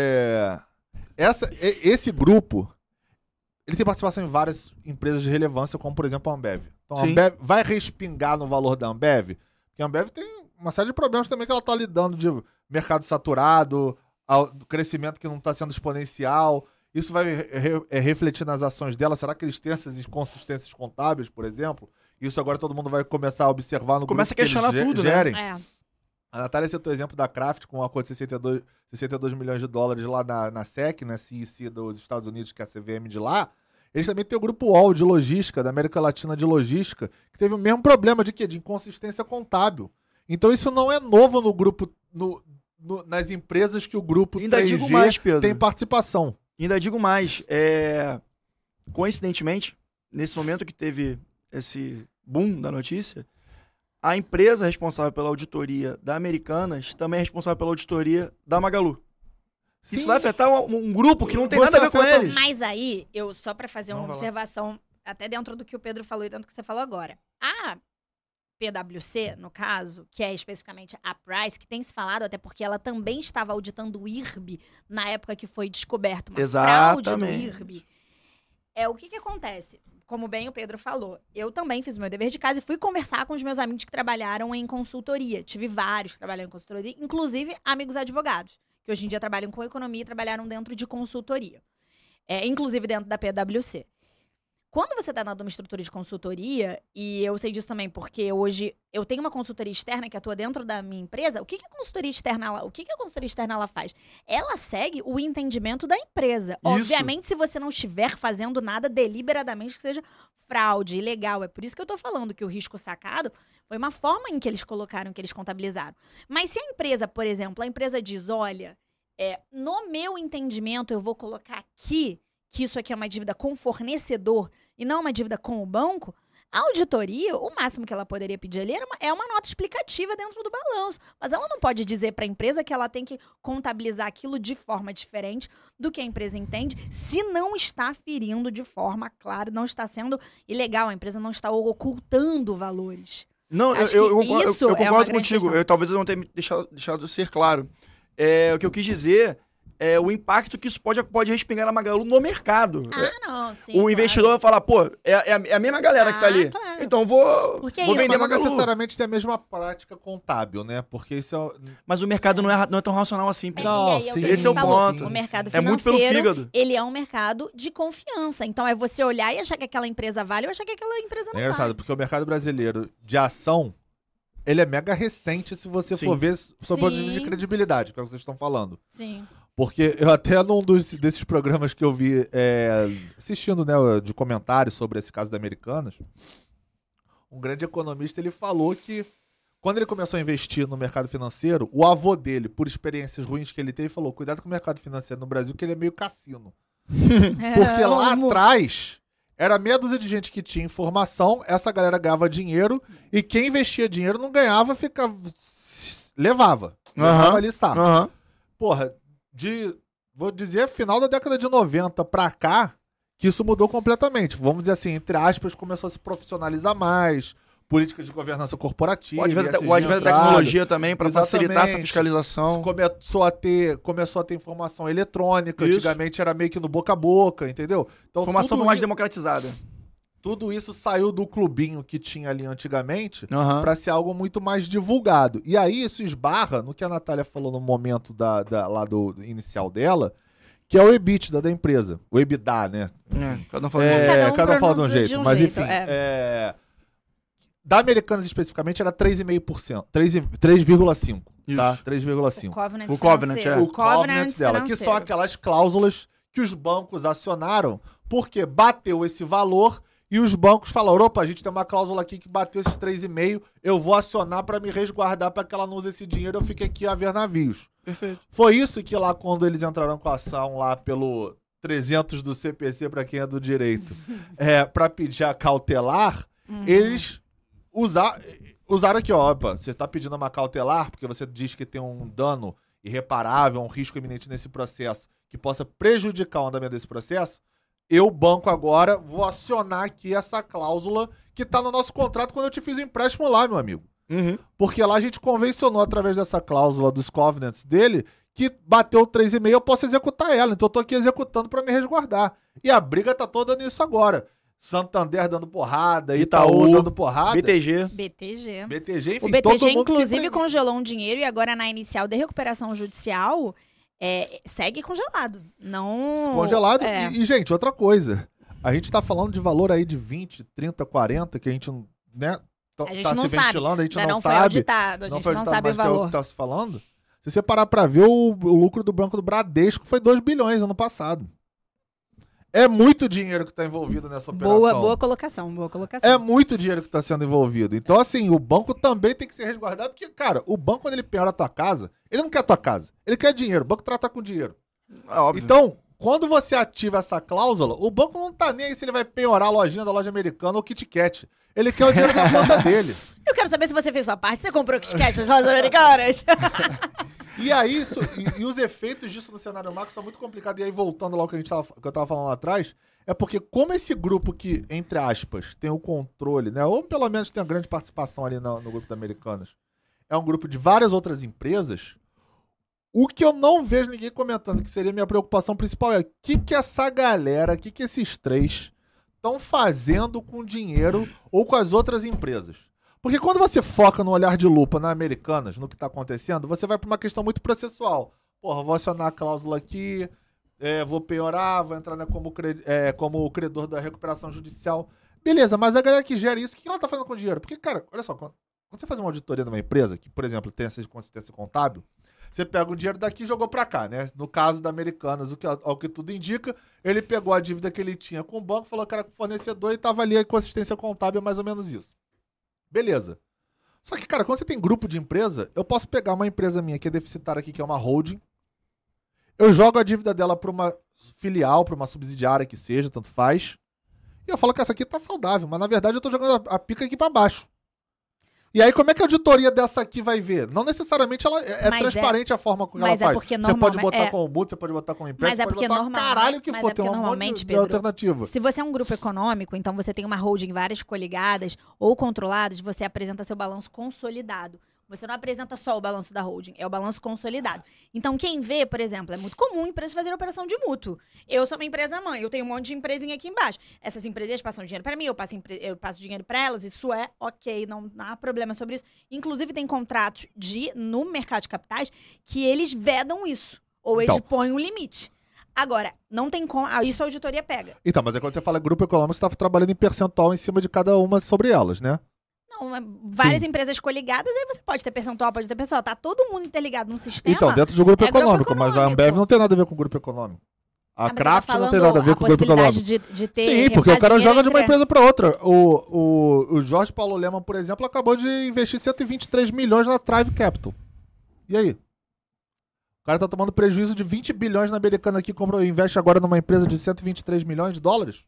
é, essa, e- esse grupo, ele tem participação em várias empresas de relevância, como por exemplo a Ambev. Então a Sim. Ambev vai respingar no valor da Ambev, porque a Ambev tem uma série de problemas também que ela está lidando, de mercado saturado, ao- do crescimento que não está sendo exponencial. Isso vai re- re- é, refletir nas ações dela. Será que eles têm essas inconsistências contábeis, por exemplo? Isso agora todo mundo vai começar a observar no Começa grupo a questionar que eles ge- tudo, né? gerem. É. A Natália citou o exemplo da Kraft com um acordo de sessenta e dois, sessenta e dois milhões de dólares lá na, na S E C, na C E C dos Estados Unidos, que é a C V M de lá. Eles também têm o grupo U O L de logística, da América Latina de logística, que teve o mesmo problema de quê? De inconsistência contábil. Então isso não é novo no grupo, no, no- nas empresas que o grupo Ainda três G digo mais, Pedro. tem participação. Ainda digo mais. É... Coincidentemente, nesse momento que teve esse boom da notícia, a empresa responsável pela auditoria da Americanas também é responsável pela auditoria da Magalu. Isso Sim. vai afetar um, um grupo que não tem Você nada a ver com afeta- eles. Mas aí, eu só pra fazer Não, uma vai lá. observação, até dentro do que o Pedro falou e dentro do que você falou agora. A P W C, no caso, que é especificamente a Price, que tem se falado, até porque ela também estava auditando o I R B na época que foi descoberto uma fraude no Exatamente. I R B. É, o que que acontece? Como bem o Pedro falou, eu também fiz o meu dever de casa e fui conversar com os meus amigos que trabalharam em consultoria. Tive vários que trabalharam em consultoria, inclusive amigos advogados, que hoje em dia trabalham com economia e trabalharam dentro de consultoria. É, inclusive dentro da P W C. Quando você está dando uma estrutura de consultoria, e eu sei disso também porque hoje eu tenho uma consultoria externa que atua dentro da minha empresa, o que, que a consultoria externa ela, o que, que a consultoria externa ela faz? Ela segue o entendimento da empresa. Isso. Obviamente, se você não estiver fazendo nada deliberadamente que seja fraude, ilegal. É por isso que eu tô falando que o risco sacado foi uma forma em que eles colocaram, que eles contabilizaram. Mas se a empresa, por exemplo, a empresa diz, olha, é, no meu entendimento eu vou colocar aqui que isso aqui é uma dívida com o fornecedor e não uma dívida com o banco, a auditoria, o máximo que ela poderia pedir ali era uma, é uma nota explicativa dentro do balanço. Mas ela não pode dizer para a empresa que ela tem que contabilizar aquilo de forma diferente do que a empresa entende, se não está ferindo de forma clara, não está sendo ilegal, a empresa não está ocultando valores. Não, eu, Acho eu, que eu concordo, eu- isso eu é uma concordo grande contigo. questão. Eu, talvez eu não tenha me deixado, deixado ser claro. É, o que eu quis dizer é o impacto que isso pode, pode respingar na Magalu no mercado. É, Ah, não, sim. o claro. investidor vai falar, pô, é, é a, é a mesma galera que tá Ah, ali. claro. Então vou, Porque é vou isso, vender Mas não Magalu. necessariamente tem a mesma prática contábil, né? Porque isso é... Mas o mercado não é, não é tão racional assim. É, Pedro. Não, e aí, sim, o que esse é o ele falou, ponto. O mercado É financeiro, muito pelo fígado. ele é um mercado de confiança. Então, é você olhar e achar que aquela empresa vale ou achar que aquela empresa não É engraçado, vale. porque o mercado brasileiro de ação, ele é mega recente se você Sim. for ver sob o ponto de vista Sim. de credibilidade, que é o que vocês estão falando. Sim. Porque eu até num dos, desses programas que eu vi, é, assistindo, né, de comentários sobre esse caso da Americanas, um grande economista, ele falou que quando ele começou a investir no mercado financeiro, o avô dele, por experiências ruins que ele teve, falou, cuidado com o mercado financeiro no Brasil, que ele é meio cassino. Porque lá atrás, era meia dúzia de gente que tinha informação, essa galera ganhava dinheiro, e quem investia dinheiro não ganhava, ficava... levava. Levava Aham, ali, sabe? aham. Porra, de, vou dizer, final da década de noventa pra cá, que isso mudou completamente. Vamos dizer assim, entre aspas, começou a se profissionalizar mais, política de governança corporativa. O advento, E S G o advento da entrado. tecnologia também, para facilitar essa Exatamente. fiscalização. Começou a ter, começou a ter informação eletrônica, Isso. antigamente era meio que no boca a boca, entendeu? Então, A informação tudo foi mais isso- democratizada. Tudo isso saiu do clubinho que tinha ali antigamente Aham. pra ser algo muito mais divulgado. E aí isso esbarra no que a Natália falou no momento da, da- lá do, do inicial dela, que é o EBITDA da empresa. O EBITDA, né? É, cada um fala É, de um cada jeito. um cada um fala de um pronuncia jeito. de um mas jeito, enfim, é. é, da Americanas especificamente era três vírgula cinco por cento. três vírgula cinco por cento, tá? Isso. três vírgula O cinco. Covenant O Covenant, financeiro. é. O covenant dela, que financeiro. são aquelas cláusulas que os bancos acionaram porque bateu esse valor e os bancos falaram, opa, a gente tem uma cláusula aqui que bateu esses três vírgula cinco, eu vou acionar para me resguardar para que ela não use esse dinheiro, eu fique aqui a ver navios. Perfeito. Foi isso que lá quando eles entraram com a ação lá pelo trezentos do C P C, para quem é do direito, é, para pedir a cautelar, Uhum. eles usa, usaram aqui, ó, opa, você está pedindo uma cautelar porque você diz que tem um dano irreparável, um risco iminente nesse processo que possa prejudicar o andamento desse processo, eu, banco agora, vou acionar aqui essa cláusula que tá no nosso contrato quando eu te fiz o empréstimo lá, meu amigo. Uhum. Porque lá a gente convencionou através dessa cláusula dos covenants dele que bateu três vírgula cinco, eu posso executar ela. Então eu tô aqui executando para me resguardar. E a briga tá toda nisso agora. Santander dando porrada, Itaú, Itaú, dando porrada. B T G. B T G. B T G, enfim, O B T todo G, mundo que inclusive, pre- congelou um dinheiro e agora na inicial de recuperação judicial é, segue congelado. Não. Congelado. É. E, e, gente, outra coisa. A gente tá falando de valor aí de vinte, trinta, quarenta, que a gente, né, tá, A gente tá não se sabe. ventilando, a gente Ainda não, não foi sabe. auditado, a gente foi não auditado, sabe o mas que é o valor. que tá se falando. Se você parar pra ver, o, o lucro do Banco do Bradesco foi dois bilhões ano passado. É muito dinheiro que tá envolvido nessa operação. Boa, boa colocação, boa colocação. É muito dinheiro que tá sendo envolvido. Então, assim, o banco também tem que ser resguardado, porque, cara, o banco, quando ele penhora a tua casa, ele não quer a tua casa. Ele quer dinheiro. O banco trata com dinheiro. É óbvio. Então, quando você ativa essa cláusula, o banco não tá nem aí se ele vai penhorar a lojinha da loja americana ou Kit Kat. Ele quer o dinheiro da conta dele. Eu quero saber se você fez sua parte. Você comprou Kit Kat nas lojas americanas? E aí, isso, e, e os efeitos disso no cenário macro são muito complicados. E aí, voltando lá ao que, a gente tava, que eu tava falando lá atrás, é porque como esse grupo que, entre aspas, tem o controle, né? Ou pelo menos tem uma grande participação ali no, no grupo da Americanas, é um grupo de várias outras empresas, o que eu não vejo ninguém comentando, que seria a minha preocupação principal, é o que, que essa galera, o que, que esses três estão fazendo com o dinheiro ou com as outras empresas. Porque quando você foca no olhar de lupa na Americanas, no que está acontecendo, você vai para uma questão muito processual. Porra, vou acionar a cláusula aqui, é, vou penhorar, vou entrar né, como, cred, é, como credor da recuperação judicial. Beleza, mas a galera que gera isso, o que ela está fazendo com o dinheiro? Porque, cara, olha só, quando, quando você faz uma auditoria numa empresa, que, por exemplo, tem essa consistência contábil, você pega o dinheiro daqui e jogou para cá, né? No caso da Americanas, o que, ao que tudo indica, ele pegou a dívida que ele tinha com o banco, falou que era com o fornecedor e estava ali a consistência contábil, é mais ou menos isso. Beleza. Só que, cara, quando você tem grupo de empresa, eu posso pegar uma empresa minha que é deficitária aqui, que é uma holding, eu jogo a dívida dela para uma filial, para uma subsidiária que seja, tanto faz, e eu falo que essa aqui tá saudável, mas na verdade eu tô jogando a, a pica aqui para baixo. E aí, como é que a auditoria dessa aqui vai ver? Não necessariamente ela é, é transparente é, a forma como ela mas faz. É porque você pode botar é, com o multa, você pode botar com o empréstimo, mas é você porque pode botar normal, caralho que mas for, é tem um normalmente, monte de Pedro, alternativa. Se você é um grupo econômico, então você tem uma holding, várias coligadas ou controladas, você apresenta seu balanço consolidado. Você não apresenta só o balanço da holding, é o balanço consolidado. Então, quem vê, por exemplo, é muito comum empresas fazerem operação de mútuo. Eu sou uma empresa mãe, eu tenho um monte de empresinha aqui embaixo. Essas empresas passam dinheiro para mim, eu passo, eu passo dinheiro para elas, isso é ok, não, não há problema sobre isso. Inclusive, tem contratos de, no mercado de capitais que eles vedam isso, ou eles Então. põem um limite. Agora, não tem como. Ah, isso a auditoria pega. Então, mas é quando você fala grupo econômico, você está trabalhando em percentual em cima de cada uma sobre elas, né? Não, é várias Sim. empresas coligadas, aí você pode ter percentual, pode ter pessoal. Tá todo mundo interligado num sistema. Então, dentro do grupo é econômico, grupo mas a econômico. Ambev não tem nada a ver com o grupo econômico. A Ah, mas você Kraft tá não tem nada a ver com o grupo econômico. De, de ter Sim, porque o cara dinheiro joga de uma entre- empresa para outra. O, o, o Jorge Paulo Lemann, por exemplo, acabou de investir cento e vinte e três milhões na Thrive Capital. E aí? O cara tá tomando prejuízo de vinte bilhões na Americana aqui, compra, investe agora numa empresa de cento e vinte e três milhões de dólares?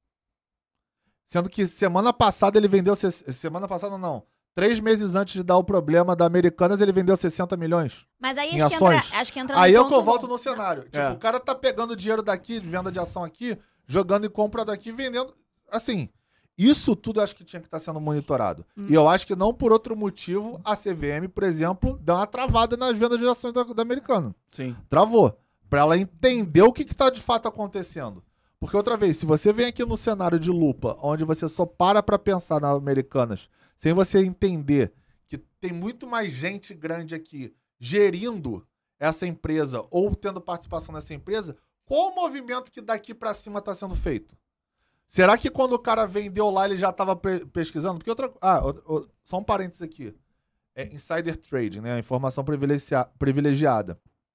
Sendo que semana passada ele vendeu... se- Semana passada não. Três meses antes de dar o problema da Americanas, ele vendeu sessenta milhões. Mas aí em acho que, ações. entra, acho que entra Aí no é o que eu ponto volto bom. no cenário. Tipo, É. o cara tá pegando dinheiro daqui, de venda de ação aqui, jogando em compra daqui, vendendo. Assim, isso tudo eu acho que tinha que estar sendo monitorado. Hum. E eu acho que não por outro motivo a C V M, por exemplo, dá uma travada nas vendas de ações da, da Americana. Sim. Travou. Pra ela entender o que, que tá de fato acontecendo. Porque, outra vez, se você vem aqui no cenário de lupa, onde você só para pra pensar nas Americanas, sem você entender que tem muito mais gente grande aqui gerindo essa empresa ou tendo participação nessa empresa, qual o movimento que daqui pra cima tá sendo feito? Será que quando o cara vendeu lá, ele já tava pre- pesquisando? Porque outra... Ah, o- o- só um parênteses aqui. É insider trading, né? A informação privilegia- privilegiada.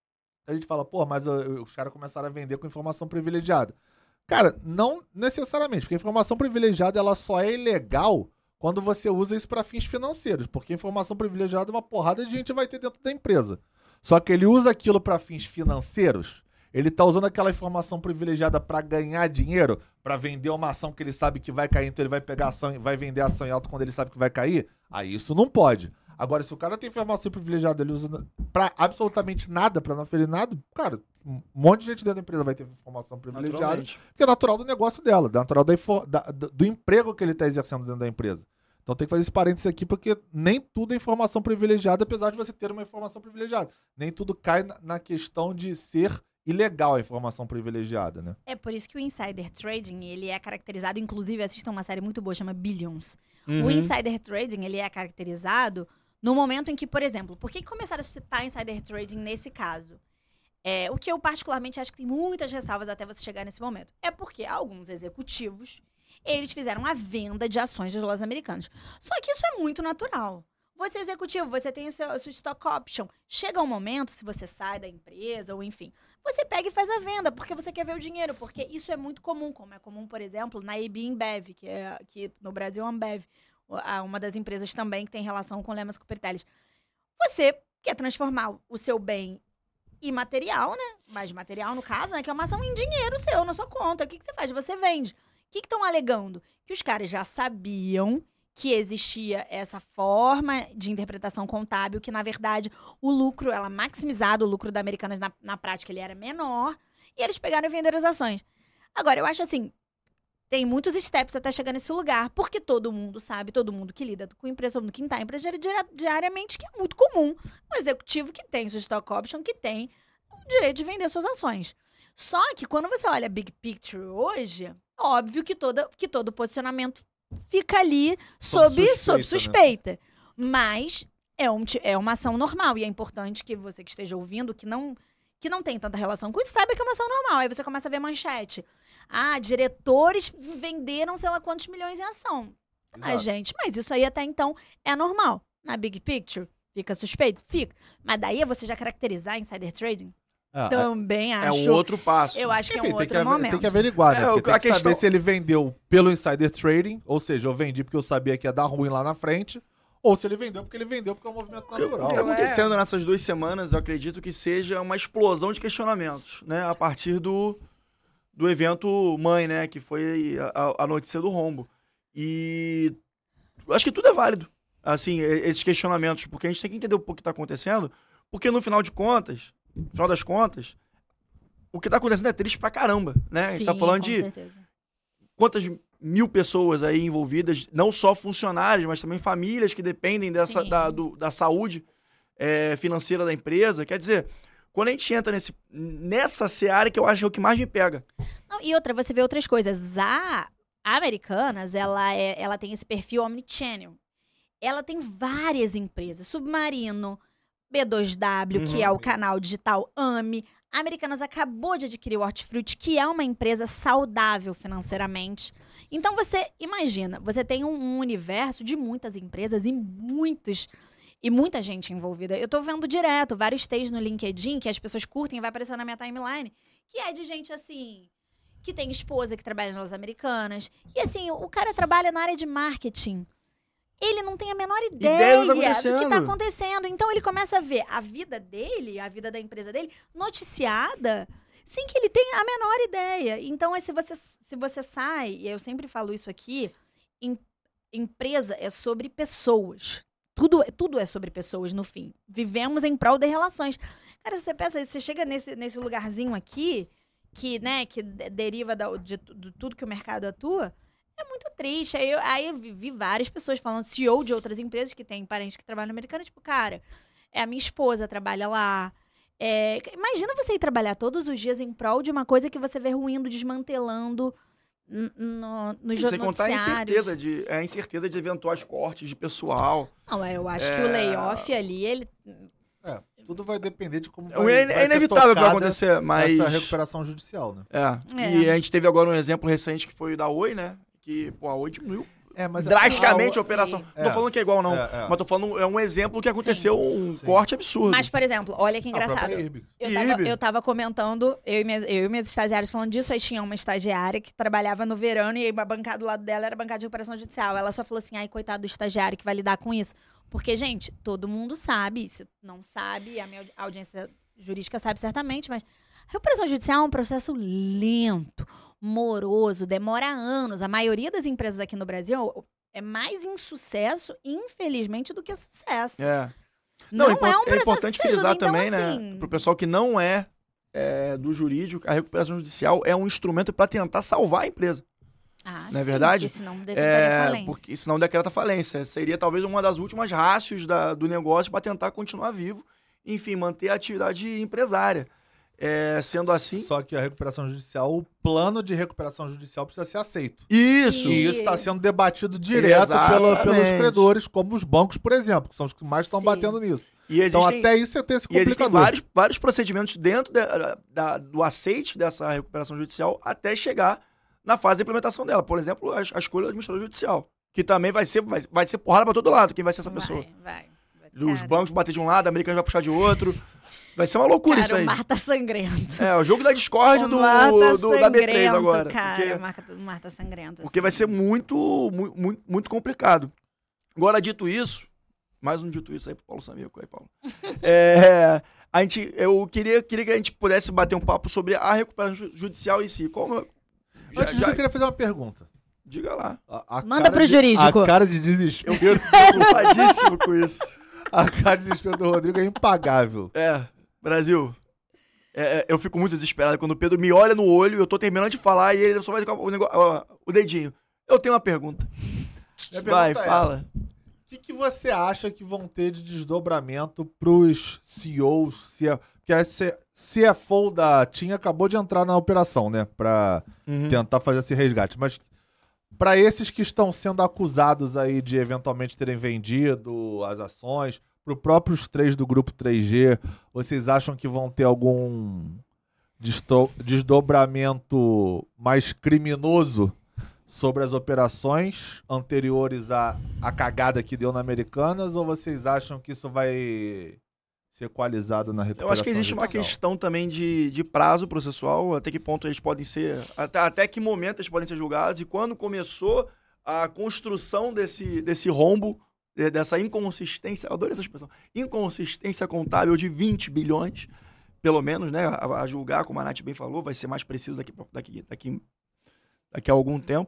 A gente fala, pô, mas uh, os caras começaram a vender com informação privilegiada. Cara, não necessariamente, porque a informação privilegiada ela só é ilegal quando você usa isso para fins financeiros, porque informação privilegiada uma porrada de gente vai ter dentro da empresa. Só que ele usa aquilo para fins financeiros, ele tá usando aquela informação privilegiada para ganhar dinheiro, para vender uma ação que ele sabe que vai cair, então ele vai pegar a ação e vai vender a ação em alto quando ele sabe que vai cair, aí isso não pode. Agora, se o cara tem informação privilegiada, ele usa pra absolutamente nada, pra não oferecer nada, cara, um monte de gente dentro da empresa vai ter informação privilegiada, Naturalmente. porque é natural do negócio dela, natural da info- da- da- do emprego que ele tá exercendo dentro da empresa. Então tem que fazer esse parênteses aqui, porque nem tudo é informação privilegiada, apesar de você ter uma informação privilegiada. Nem tudo cai na, na questão de ser ilegal a informação privilegiada, né? É por isso que o insider trading, ele é caracterizado, inclusive assistam uma série muito boa, chama Billions. Uhum. O insider trading, ele é caracterizado no momento em que, por exemplo, por que que começaram a suscitar insider trading nesse caso? É, o que eu particularmente acho que tem muitas ressalvas até você chegar nesse momento. É porque alguns executivos, eles fizeram a venda de ações das lojas americanas. Só que isso é muito natural. Você é executivo, você tem o seu, a sua stock option. Chega um momento, se você sai da empresa, ou enfim, você pega e faz a venda, porque você quer ver o dinheiro, porque isso é muito comum, como é comum, por exemplo, na A B InBev, que, é, que no Brasil é a Ambev, a- uma das empresas também que tem relação com Lemas Cooper Telles. Você quer transformar o seu bem imaterial, né? Mais material, no caso, né? Que é uma ação em dinheiro seu, na sua conta. O que, que você faz? Você vende. O que estão alegando? Que os caras já sabiam que existia essa forma de interpretação contábil, que, na verdade, o lucro, ela maximizado, o lucro da Americanas, na, na prática, ele era menor, e eles pegaram e venderam as ações. Agora, eu acho assim, tem muitos steps até chegar nesse lugar, porque todo mundo sabe, todo mundo que lida com empresa, todo mundo que está em empresa diari- diariamente, que é muito comum. Um executivo que tem sua stock option, que tem o direito de vender suas ações. Só que quando você olha big picture hoje, óbvio que, toda, que todo posicionamento fica ali sob, Sob sob suspeita, suspeita. Mas é, um, ti- é uma ação normal. E é importante que você que esteja ouvindo, que não, que não tem tanta relação com isso, saiba que é uma ação normal. Aí você começa a ver manchete. Ah, diretores venderam sei lá quantos milhões em ação. Ah, Exato. gente, mas isso aí até então é normal. Na big picture, fica suspeito? Fica. Mas daí é você já caracterizar insider trading? Ah, Também É acho. um outro passo. Eu acho que é Enfim, um tem, outro que ave- momento. tem que averiguar, né? É, Porque o- tem a que saber questão- se ele vendeu pelo insider trading, ou seja, eu vendi porque eu sabia que ia dar ruim lá na frente, ou se ele vendeu porque ele vendeu porque é um movimento O que natural. está é. acontecendo nessas duas semanas, eu acredito que seja uma explosão de questionamentos, né? A partir do, do evento mãe, né? Que foi a, a notícia do rombo. E eu acho que tudo é válido, assim, e- esses questionamentos, porque a gente tem que entender um pouco o que está acontecendo, porque no final de contas, no final das contas, o que está acontecendo é triste pra caramba, né? a gente tá Sim, falando com de certeza. quantas mil pessoas aí envolvidas, não só funcionários, mas também famílias que dependem dessa, Sim. da, do- da saúde é, financeira da empresa. Quer dizer, quando a gente entra nesse, nessa seara, que eu acho que é o que mais me pega. Não, e outra, você vê outras coisas. A Americanas, ela, é, ela tem esse perfil omnichannel. Ela tem várias empresas. Submarino, B dois W, que Uhum. é o canal digital AMI, A Americanas acabou de adquirir o Hortifruti, que é uma empresa saudável financeiramente. Então, você imagina, você tem um, um universo de muitas empresas e muitos... E muita gente envolvida. Eu tô vendo direto vários textos no LinkedIn que as pessoas curtem e vai aparecer na minha timeline, que é de gente assim, que tem esposa que trabalha nas lojas Americanas. E assim, o cara trabalha na área de marketing. Ele não tem a menor ideia, Ideia do que tá acontecendo. do que tá acontecendo. Então ele começa a ver a vida dele, a vida da empresa dele, noticiada, sem que ele tenha a menor ideia. Então, se você, se você sai, e eu sempre falo isso aqui, em, empresa é sobre pessoas. Tudo, tudo é sobre pessoas, no fim. Vivemos em prol de relações. Cara, você pensa, você chega nesse, nesse lugarzinho aqui, que, né, que deriva da, de, de tudo que o mercado atua, é muito triste. Aí eu, aí eu vi várias pessoas falando, C E O de outras empresas que têm parentes que trabalham no americano, tipo, cara, é a minha esposa trabalha lá. É, imagina você ir trabalhar todos os dias em prol de uma coisa que você vê ruindo, desmantelando no, nos Sem contar a noticiários. incerteza de, a incerteza de eventuais cortes de pessoal. Não, eu acho É. que o layoff ali, ele... É, tudo vai depender de como É, vai, é vai ser inevitável que vai tocada acontecer, mas... essa recuperação judicial, né? É. É. E a gente teve agora um exemplo recente que foi o da Oi, né? Que, pô, a Oi diminuiu É, mas drasticamente a- a operação. sim. Não tô É. falando que é igual, não. É, é. Mas tô falando, é um exemplo que aconteceu, um Sim. corte absurdo. Mas, por exemplo, olha que A engraçado. própria Irbi. Eu E tava, Ibe? eu tava comentando, eu e, minhas, eu e minhas estagiárias falando disso, aí tinha uma estagiária que trabalhava no verão e aí a bancada do lado dela era a bancada de recuperação judicial. Ela só falou assim, ai, coitado do estagiário que vai lidar com isso. Porque, gente, todo mundo sabe, se não sabe, a minha audiência jurídica sabe certamente, mas a recuperação judicial é um processo lento, moroso, demora anos. A maioria das empresas aqui no Brasil é mais insucesso, infelizmente, do que sucesso. É. Não, impor- é um processo importante que te ajuda. frisar Então, também, assim, né? Pro pessoal que não é, é do jurídico, a recuperação judicial é um instrumento para tentar salvar a empresa. Ah, Não é sim, verdade? Porque senão decretaria É, falência. porque senão decreta falência. Seria talvez uma das últimas rácios da- do negócio para tentar continuar vivo, enfim, manter a atividade empresária. É, sendo assim. Só que a recuperação judicial, o plano de recuperação judicial precisa ser aceito. Isso! E isso está sendo debatido direto pela- Exatamente. pelos credores, como os bancos, por exemplo, que são os que mais estão Sim. batendo nisso. E existem, Então, até isso você tem esse e existem complicador. vários, vários procedimentos dentro da- da- do aceite dessa recuperação judicial até chegar na fase da implementação dela. Por exemplo, a, a escolha do administrador judicial. Que também vai ser, vai, vai ser porrada para todo lado. Quem vai ser essa pessoa? Vai, vai. Os Cara, bancos bater de um lado, a americana vai puxar de outro. Vai ser uma loucura cara, isso aí. o mar tá sangrento. É, o jogo da discórdia O do, mar tá do- da B três sangrento, agora. Cara, Porque, o mar, tá- o mar tá sangrento. porque vai assim. ser muito, mu- muito, muito complicado. Agora, dito isso, mais um dito isso aí pro Paulo Samico. Aí, Paulo. É, a gente, eu queria, queria que a gente pudesse bater um papo sobre a recuperação ju- judicial em si. Como, já- Antes disso, já- eu queria fazer uma pergunta. diga lá. A- a Manda cara pro de- jurídico. A cara de desespero, Preocupadíssimo com isso. a cara de desespero do Rodrigo é impagável. É, Brasil. é, é, eu fico muito desesperado quando o Pedro me olha no olho, eu tô terminando de falar e ele só vai com o, nego- ó, o dedinho. Eu tenho uma pergunta. Minha Vai, pergunta é, fala. O que, que você acha que vão ter de desdobramento pros C E Os? Se a, porque a C- CFO da TIM acabou de entrar na operação, né? Pra Uhum. tentar fazer esse resgate. Mas para esses que estão sendo acusados aí de eventualmente terem vendido as ações, pro próprios três do grupo três G, vocês acham que vão ter algum desto- desdobramento mais criminoso sobre as operações anteriores à, à cagada que deu na Americanas, ou vocês acham que isso vai ser equalizado na recuperação Eu acho que existe uma judicial? questão também de, de prazo processual, até que ponto eles podem ser, até, até que momento eles podem ser julgados, e quando começou a construção desse, desse rombo, de- dessa inconsistência, eu adoro essa expressão, inconsistência contábil de vinte bilhões, pelo menos, né, a, a julgar, como a Nath bem falou, vai ser mais preciso daqui, daqui, daqui, daqui a algum tempo.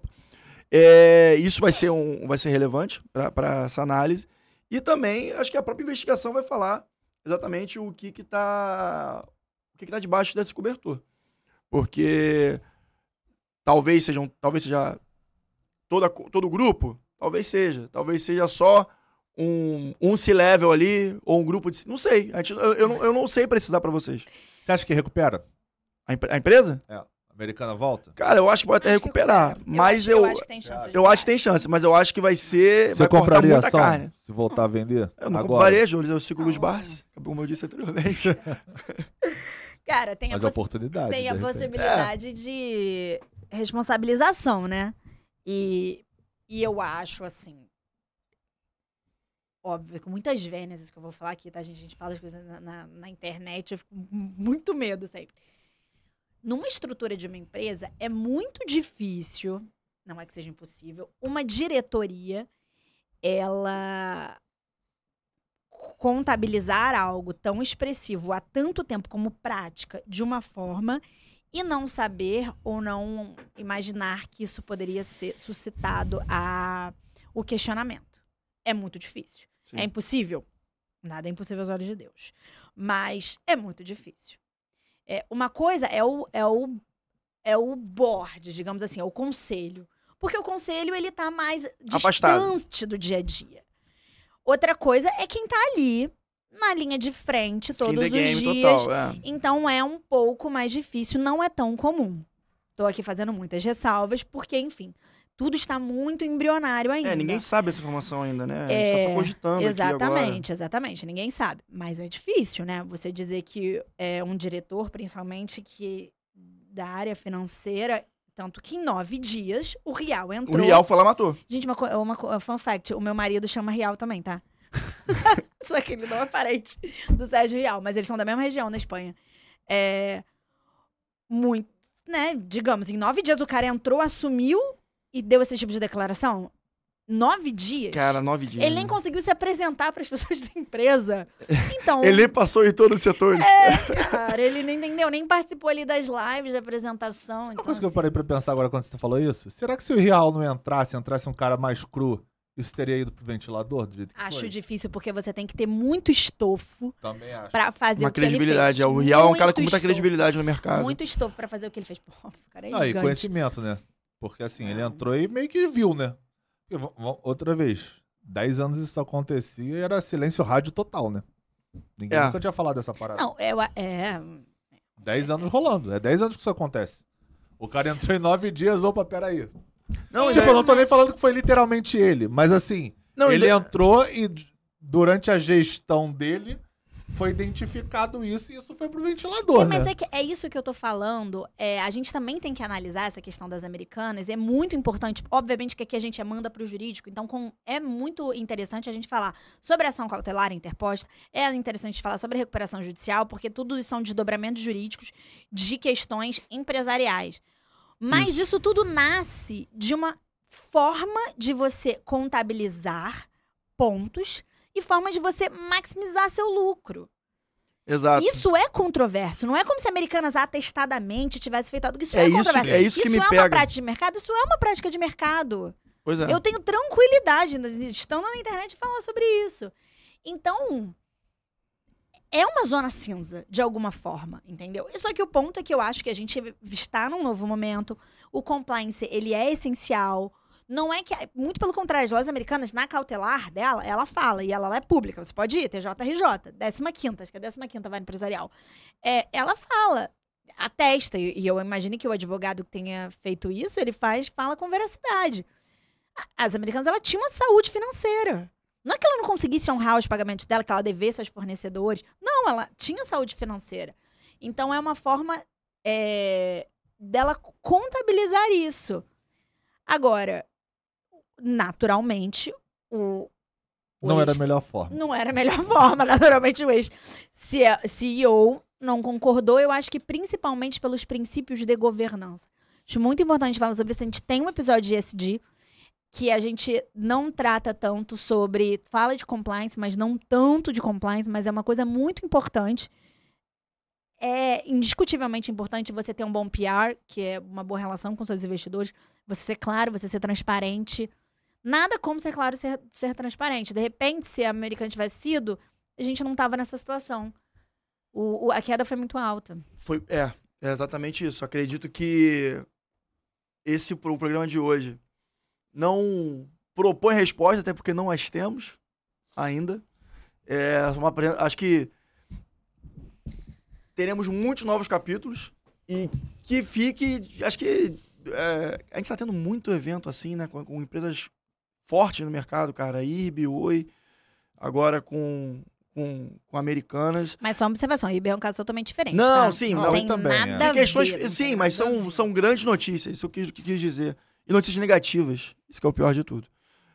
É, isso vai ser, um, vai ser relevante para essa análise, e também acho que a própria investigação vai falar exatamente o que que tá, o que que tá debaixo desse cobertor. Porque talvez seja, talvez seja toda, todo o grupo, talvez seja, talvez seja só um, um C-level ali, ou um grupo de... Não sei, a gente, eu, eu, não, eu não sei precisar para vocês. Você acha que recupera? A, empre- a empresa? É. A Americana volta? Cara, eu acho que pode até Acho que recuperar, recupera. mas eu, eu, acho, eu acho que tem chance. de eu acho que voltar. tem chance, mas eu acho que vai ser... Você vai cortar compraria muita ação carne. se voltar a vender? Eu não compro Agora? varejo, eu sigo Luz Não. Bars, como eu disse anteriormente. Cara, tem a, Mas possi- oportunidade. tem a de repente. possibilidade de responsabilização, né? E, e eu acho, assim... Óbvio, com muitas vênias, isso que eu vou falar aqui, tá, gente? A gente fala as coisas na, na, na internet, eu fico com muito medo sempre. Numa estrutura de uma empresa, é muito difícil, não é que seja impossível, uma diretoria, ela contabilizar algo tão expressivo há tanto tempo como prática de uma forma e não saber ou não imaginar que isso poderia ser suscitado a o questionamento. É muito difícil. Sim. É impossível? Nada é impossível aos olhos de Deus. Mas é muito difícil. É, uma coisa é o, é, o, é o board, digamos assim, é o conselho. Porque o conselho, ele tá mais Afastado. distante do dia a dia. Outra coisa é quem tá ali, na linha de frente, Skin todos the os game dias. total, é. Então é um pouco mais difícil, não é tão comum. Tô aqui fazendo muitas ressalvas, porque, enfim, tudo está muito embrionário ainda. É, ninguém sabe essa informação ainda, né? A gente É, tá só cogitando aqui agora. Exatamente, exatamente. Ninguém sabe. Mas é difícil, né? Você dizer que é um diretor, principalmente, que da área financeira, tanto que em nove dias o Rial O entrou. Rial foi lá e matou. Gente, uma, co- uma co- fun fact, o meu marido chama Rial também, tá? Só que ele não é parente do Sérgio Rial, mas eles são da mesma região, na Espanha. É, muito, né? Digamos, em nove dias o cara entrou, assumiu e deu esse tipo de declaração. Nove dias? Cara, nove dias. Ele nem conseguiu se apresentar para as pessoas da empresa. Então, Ele nem passou em todos os setores. cara, ele não entendeu, nem participou ali das lives de apresentação. Uma Então, coisa que eu assim, parei pra pensar agora quando você falou isso, será que se o Real não entrasse, entrasse um cara mais cru, isso teria ido pro ventilador do jeito que acho foi? difícil porque você tem que ter muito estofo Também acho. pra fazer Uma o que ele fez. credibilidade. O Rial é um cara Muito com muita estofo. credibilidade no mercado. Muito estofo pra fazer o que ele fez. Pô, o cara é Não, e gigante. conhecimento, né? Porque assim, ele entrou e meio que viu, né? Porque, v- v- outra vez, dez anos isso acontecia e era silêncio rádio total, né? Ninguém É. nunca tinha falado dessa parada. Não, eu, é... dez anos rolando, é dez anos que isso acontece. O cara entrou em nove dias, opa, peraí. Não, Tipo, ele- eu não tô nem falando que foi literalmente ele, mas assim, Não, ele ele- entrou e d- durante a gestão dele foi identificado isso e isso foi pro ventilador, É, né? mas é, que, é isso que eu tô falando. É, a gente também tem que analisar essa questão das americanas. É muito importante. Obviamente que aqui a gente manda pro jurídico. Então, com, é muito interessante a gente falar sobre a ação cautelar interposta. É interessante falar sobre a recuperação judicial, porque tudo são desdobramentos jurídicos de questões empresariais. Mas isso, isso tudo nasce de uma forma de você contabilizar pontos e forma de você maximizar seu lucro. Exato. Isso é controverso. Não é como se Americanas atestadamente tivesse feito algo. Isso É é, isso- controverso. é isso que me é uma pega. prática de mercado? Isso é uma prática de mercado. Pois é. Eu tenho tranquilidade, estando na internet, de falar sobre isso. Então, é uma zona cinza, de alguma forma, entendeu? Só que o ponto é que eu acho que a gente está num novo momento. O compliance, ele é essencial. Não é que... Muito pelo contrário, as lojas americanas, na cautelar dela, ela fala, e ela é pública, você pode ir, T J R J, décima quinta, acho que é décima quinta vai no empresarial. É, ela fala, atesta, e e eu imagino que o advogado que tenha feito isso, ele faz, fala com veracidade. A- As americanas, ela tinha uma saúde financeira. Não é que ela não conseguisse honrar os pagamentos dela, que ela devesse aos fornecedores. Não, ela tinha saúde financeira. Então, é uma forma é, dela contabilizar isso. Agora, naturalmente, o... o Não era a ex- melhor forma. Não era a melhor forma, naturalmente, o ex-C E O não concordou, eu acho que principalmente pelos princípios de governança. Acho muito importante falar sobre isso. A gente tem um episódio de E S G que a gente não trata tanto sobre... Fala de compliance, mas não tanto de compliance, mas é uma coisa muito importante. É indiscutivelmente importante você ter um bom P R, que é uma boa relação com seus investidores, você ser claro, você ser transparente. Nada como ser claro e ser, ser transparente. De repente, se a Americana tivesse sido, a gente não tava nessa situação. O, o- a queda foi muito alta. Foi, é, é exatamente isso. Acredito que esse pro programa de hoje não propõe resposta, até porque não as temos ainda. É uma, apre- acho que teremos muitos novos capítulos e que fique, acho que é, a gente está tendo muito evento assim, né, com, com empresas fortes no mercado, cara, I R B, Oi, agora com, com, com Americanas. Mas só uma observação, a I B é um caso totalmente diferente. Não, tá? sim, não não, tem também, é. nada Tem a questões, ver, não sim, tem mas nada a são, ver. são grandes notícias, isso que eu quis, quis dizer. E notícias negativas, isso que é o pior de tudo.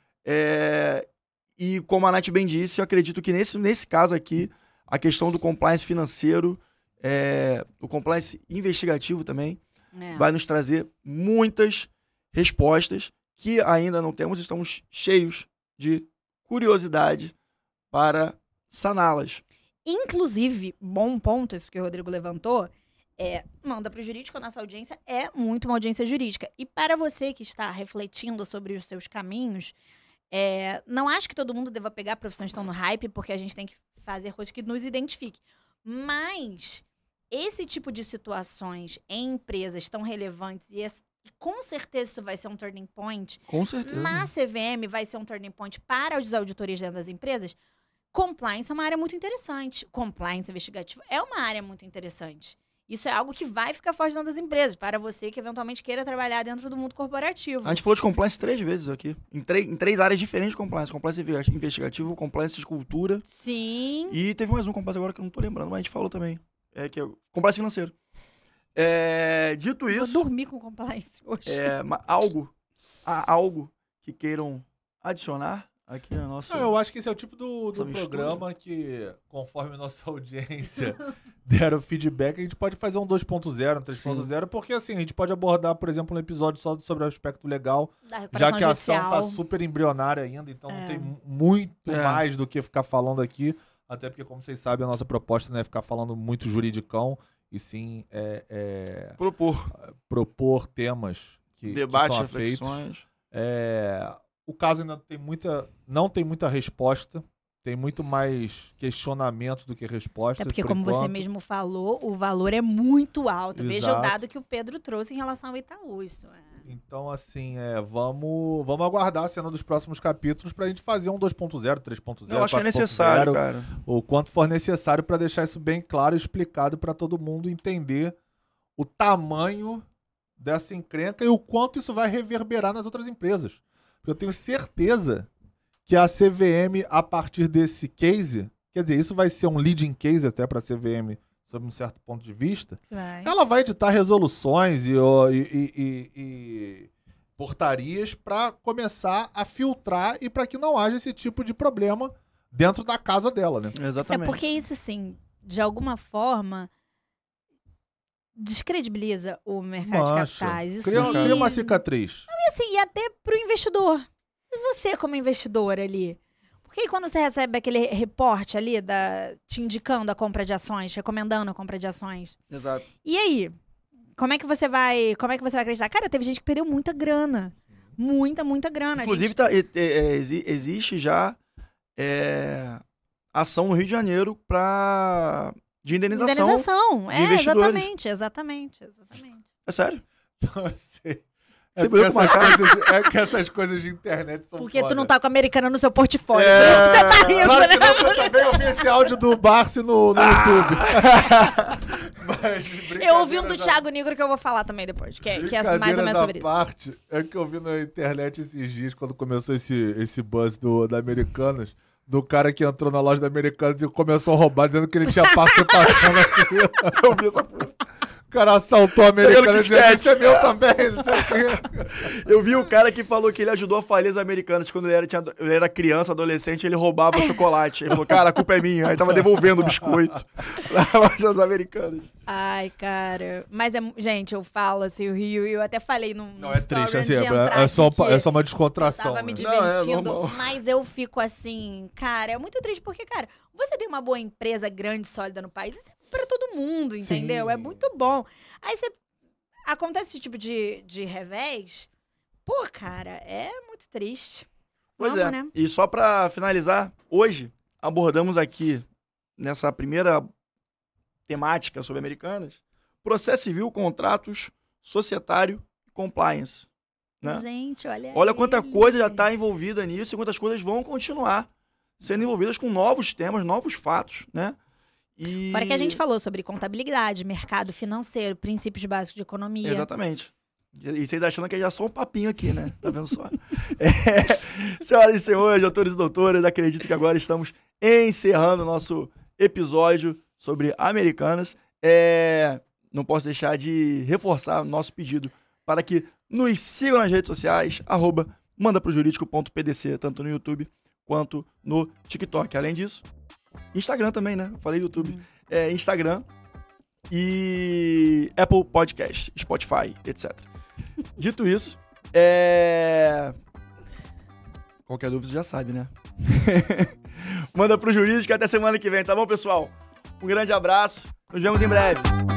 É, e como a Nath bem disse, eu acredito que nesse, nesse caso aqui, a questão do compliance financeiro, é, o compliance investigativo também, É. vai nos trazer muitas respostas que ainda não temos, estamos cheios de curiosidade para saná-las. Inclusive, bom ponto, isso que o Rodrigo levantou, é, manda para o jurídico, a nossa audiência é muito uma audiência jurídica. E para você que está refletindo sobre os seus caminhos, é, não acho que todo mundo deva pegar profissões que estão no hype, porque a gente tem que fazer coisas que nos identifiquem. Mas esse tipo de situações em empresas tão relevantes, e esse, com certeza isso vai ser um turning point, Com certeza. na C V M vai ser um turning point para as auditorias dentro das empresas. Compliance é uma área muito interessante. Compliance investigativo é uma área muito interessante. Isso é algo que vai ficar forte dentro das empresas, para você que eventualmente queira trabalhar dentro do mundo corporativo. A gente falou de compliance três vezes aqui, em, em três áreas diferentes de compliance. Compliance investigativo, compliance de cultura, Sim. e teve mais um compliance agora que eu não tô lembrando, mas a gente falou também, é, que é o compliance financeiro. É, dito Vou isso, dormir com compliance hoje. é, ma- algo, há algo que queiram adicionar aqui na nossa... Não, eu acho que esse é o tipo do, do Essa mistura. programa que, conforme nossa audiência der o feedback, a gente pode fazer um dois ponto zero, um três ponto zero, porque assim, a gente pode abordar, por exemplo, um episódio só sobre o aspecto legal, Da já recuperação que a ação judicial. tá super embrionária ainda, então É. não tem mu- muito É. mais do que ficar falando aqui, até porque, como vocês sabem, a nossa proposta não é ficar falando muito juridicão, e sim é, é Propor propor temas que, que debates, são afeitos. reflexões. É, o caso ainda tem muita, não tem muita resposta, tem muito mais questionamento do que resposta. Até porque, por como você enquanto. mesmo falou, o valor é muito alto. Veja o Exato. dado que o Pedro trouxe em relação ao Itaú. Isso é... Então, assim, é, vamos, vamos aguardar a cena dos próximos capítulos pra gente fazer um dois ponto zero, três ponto zero, Eu acho que é quatro ponto necessário, zero, cara. o quanto for necessário pra deixar isso bem claro e explicado pra todo mundo entender o tamanho dessa encrenca e o quanto isso vai reverberar nas outras empresas. Porque eu tenho certeza que a C V M, a partir desse case, quer dizer, isso vai ser um leading case até pra C V M sob um certo ponto de vista, Vai. ela vai editar resoluções e, ó, e- e- e- e portarias para começar a filtrar e para que não haja esse tipo de problema dentro da casa dela, né? É Exatamente. porque isso, assim, de alguma forma, descredibiliza o mercado de Mancha. capitais. Isso Cria, e- cria uma cicatriz. E assim, e até pro investidor. E você como investidor ali. Porque aí quando você recebe aquele reporte ali da, te indicando a compra de ações, recomendando a compra de ações. Exato. E aí? Como é que você vai, como é que você vai acreditar? Cara, teve gente que perdeu muita grana. Muita, muita grana. A Inclusive, gente- tá, e- e- é, exi- existe já é, ação no Rio de Janeiro pra, de indenização. Indenização. de É, investidores. exatamente, exatamente, exatamente. É sério? Não, eu sei. Você É viu que, com essas uma cara? coisas, é que essas coisas de internet são Porque tu foda. não tá com a americana no seu portfólio. É. Por isso que você tá rindo, Claro que né? não, eu também ouvi esse áudio do Barsi no, no YouTube. Mas, Eu ouvi um do brincadeiras à- Thiago Negro que eu vou falar também depois, que é, que é mais ou menos sobre isso. parte, é que eu vi na internet esses dias, quando começou esse, esse buzz do, da Americanas, do cara que entrou na loja da Americanas e começou a roubar, dizendo que ele tinha participação naquilo. Eu vi essa porra. O cara assaltou a Americanas Kit dizendo, Kat. esse é meu também, não sei o quê. Eu vi o cara que falou que ele ajudou a falir as americanas quando ele era, tinha- ele era criança, adolescente, ele roubava chocolate. Ele falou, cara, a culpa é minha. Aí tava devolvendo o biscoito na loja das americanas. Ai, cara. Mas, é, gente, eu falo assim, o Rio, e eu até falei num, Não, num é story triste, antes assim, de é, entrar é, só, aqui, é só uma que descontração. tava me né? Não, é divertindo, normal. mas eu fico assim, cara, é muito triste porque, cara, você tem uma boa empresa grande, sólida no país, isso é pra todo mundo, entendeu? Sim. É muito bom. Aí você acontece esse tipo de, de revés, pô, cara, é muito triste. Pois Vamos, é. né? E só pra finalizar, hoje abordamos aqui, nessa primeira temática sobre americanas, processo civil, contratos, societário e compliance. Né? Gente, olha Olha quanta ele. coisa já está envolvida nisso e quantas coisas vão continuar sendo envolvidas com novos temas, novos fatos, né? E... Fora que a gente falou sobre contabilidade, mercado financeiro, princípios básicos de economia. Exatamente. E e vocês achando que é já só um papinho aqui, né? Tá vendo só? É, senhoras e senhores, doutores e doutoras, acredito que agora estamos encerrando o nosso episódio sobre Americanas. É... Não posso deixar de reforçar o nosso pedido para que nos sigam nas redes sociais, arroba mandaprojurídico.pdc, tanto no YouTube quanto no TikTok. Além disso, Instagram também, né? Falei YouTube. Uhum. É, Instagram e Apple Podcast, Spotify, etcétera. Dito isso, é... qualquer dúvida você já sabe, né? Manda pro Jurídico, até semana que vem, tá bom, pessoal? Um grande abraço, nos vemos em breve.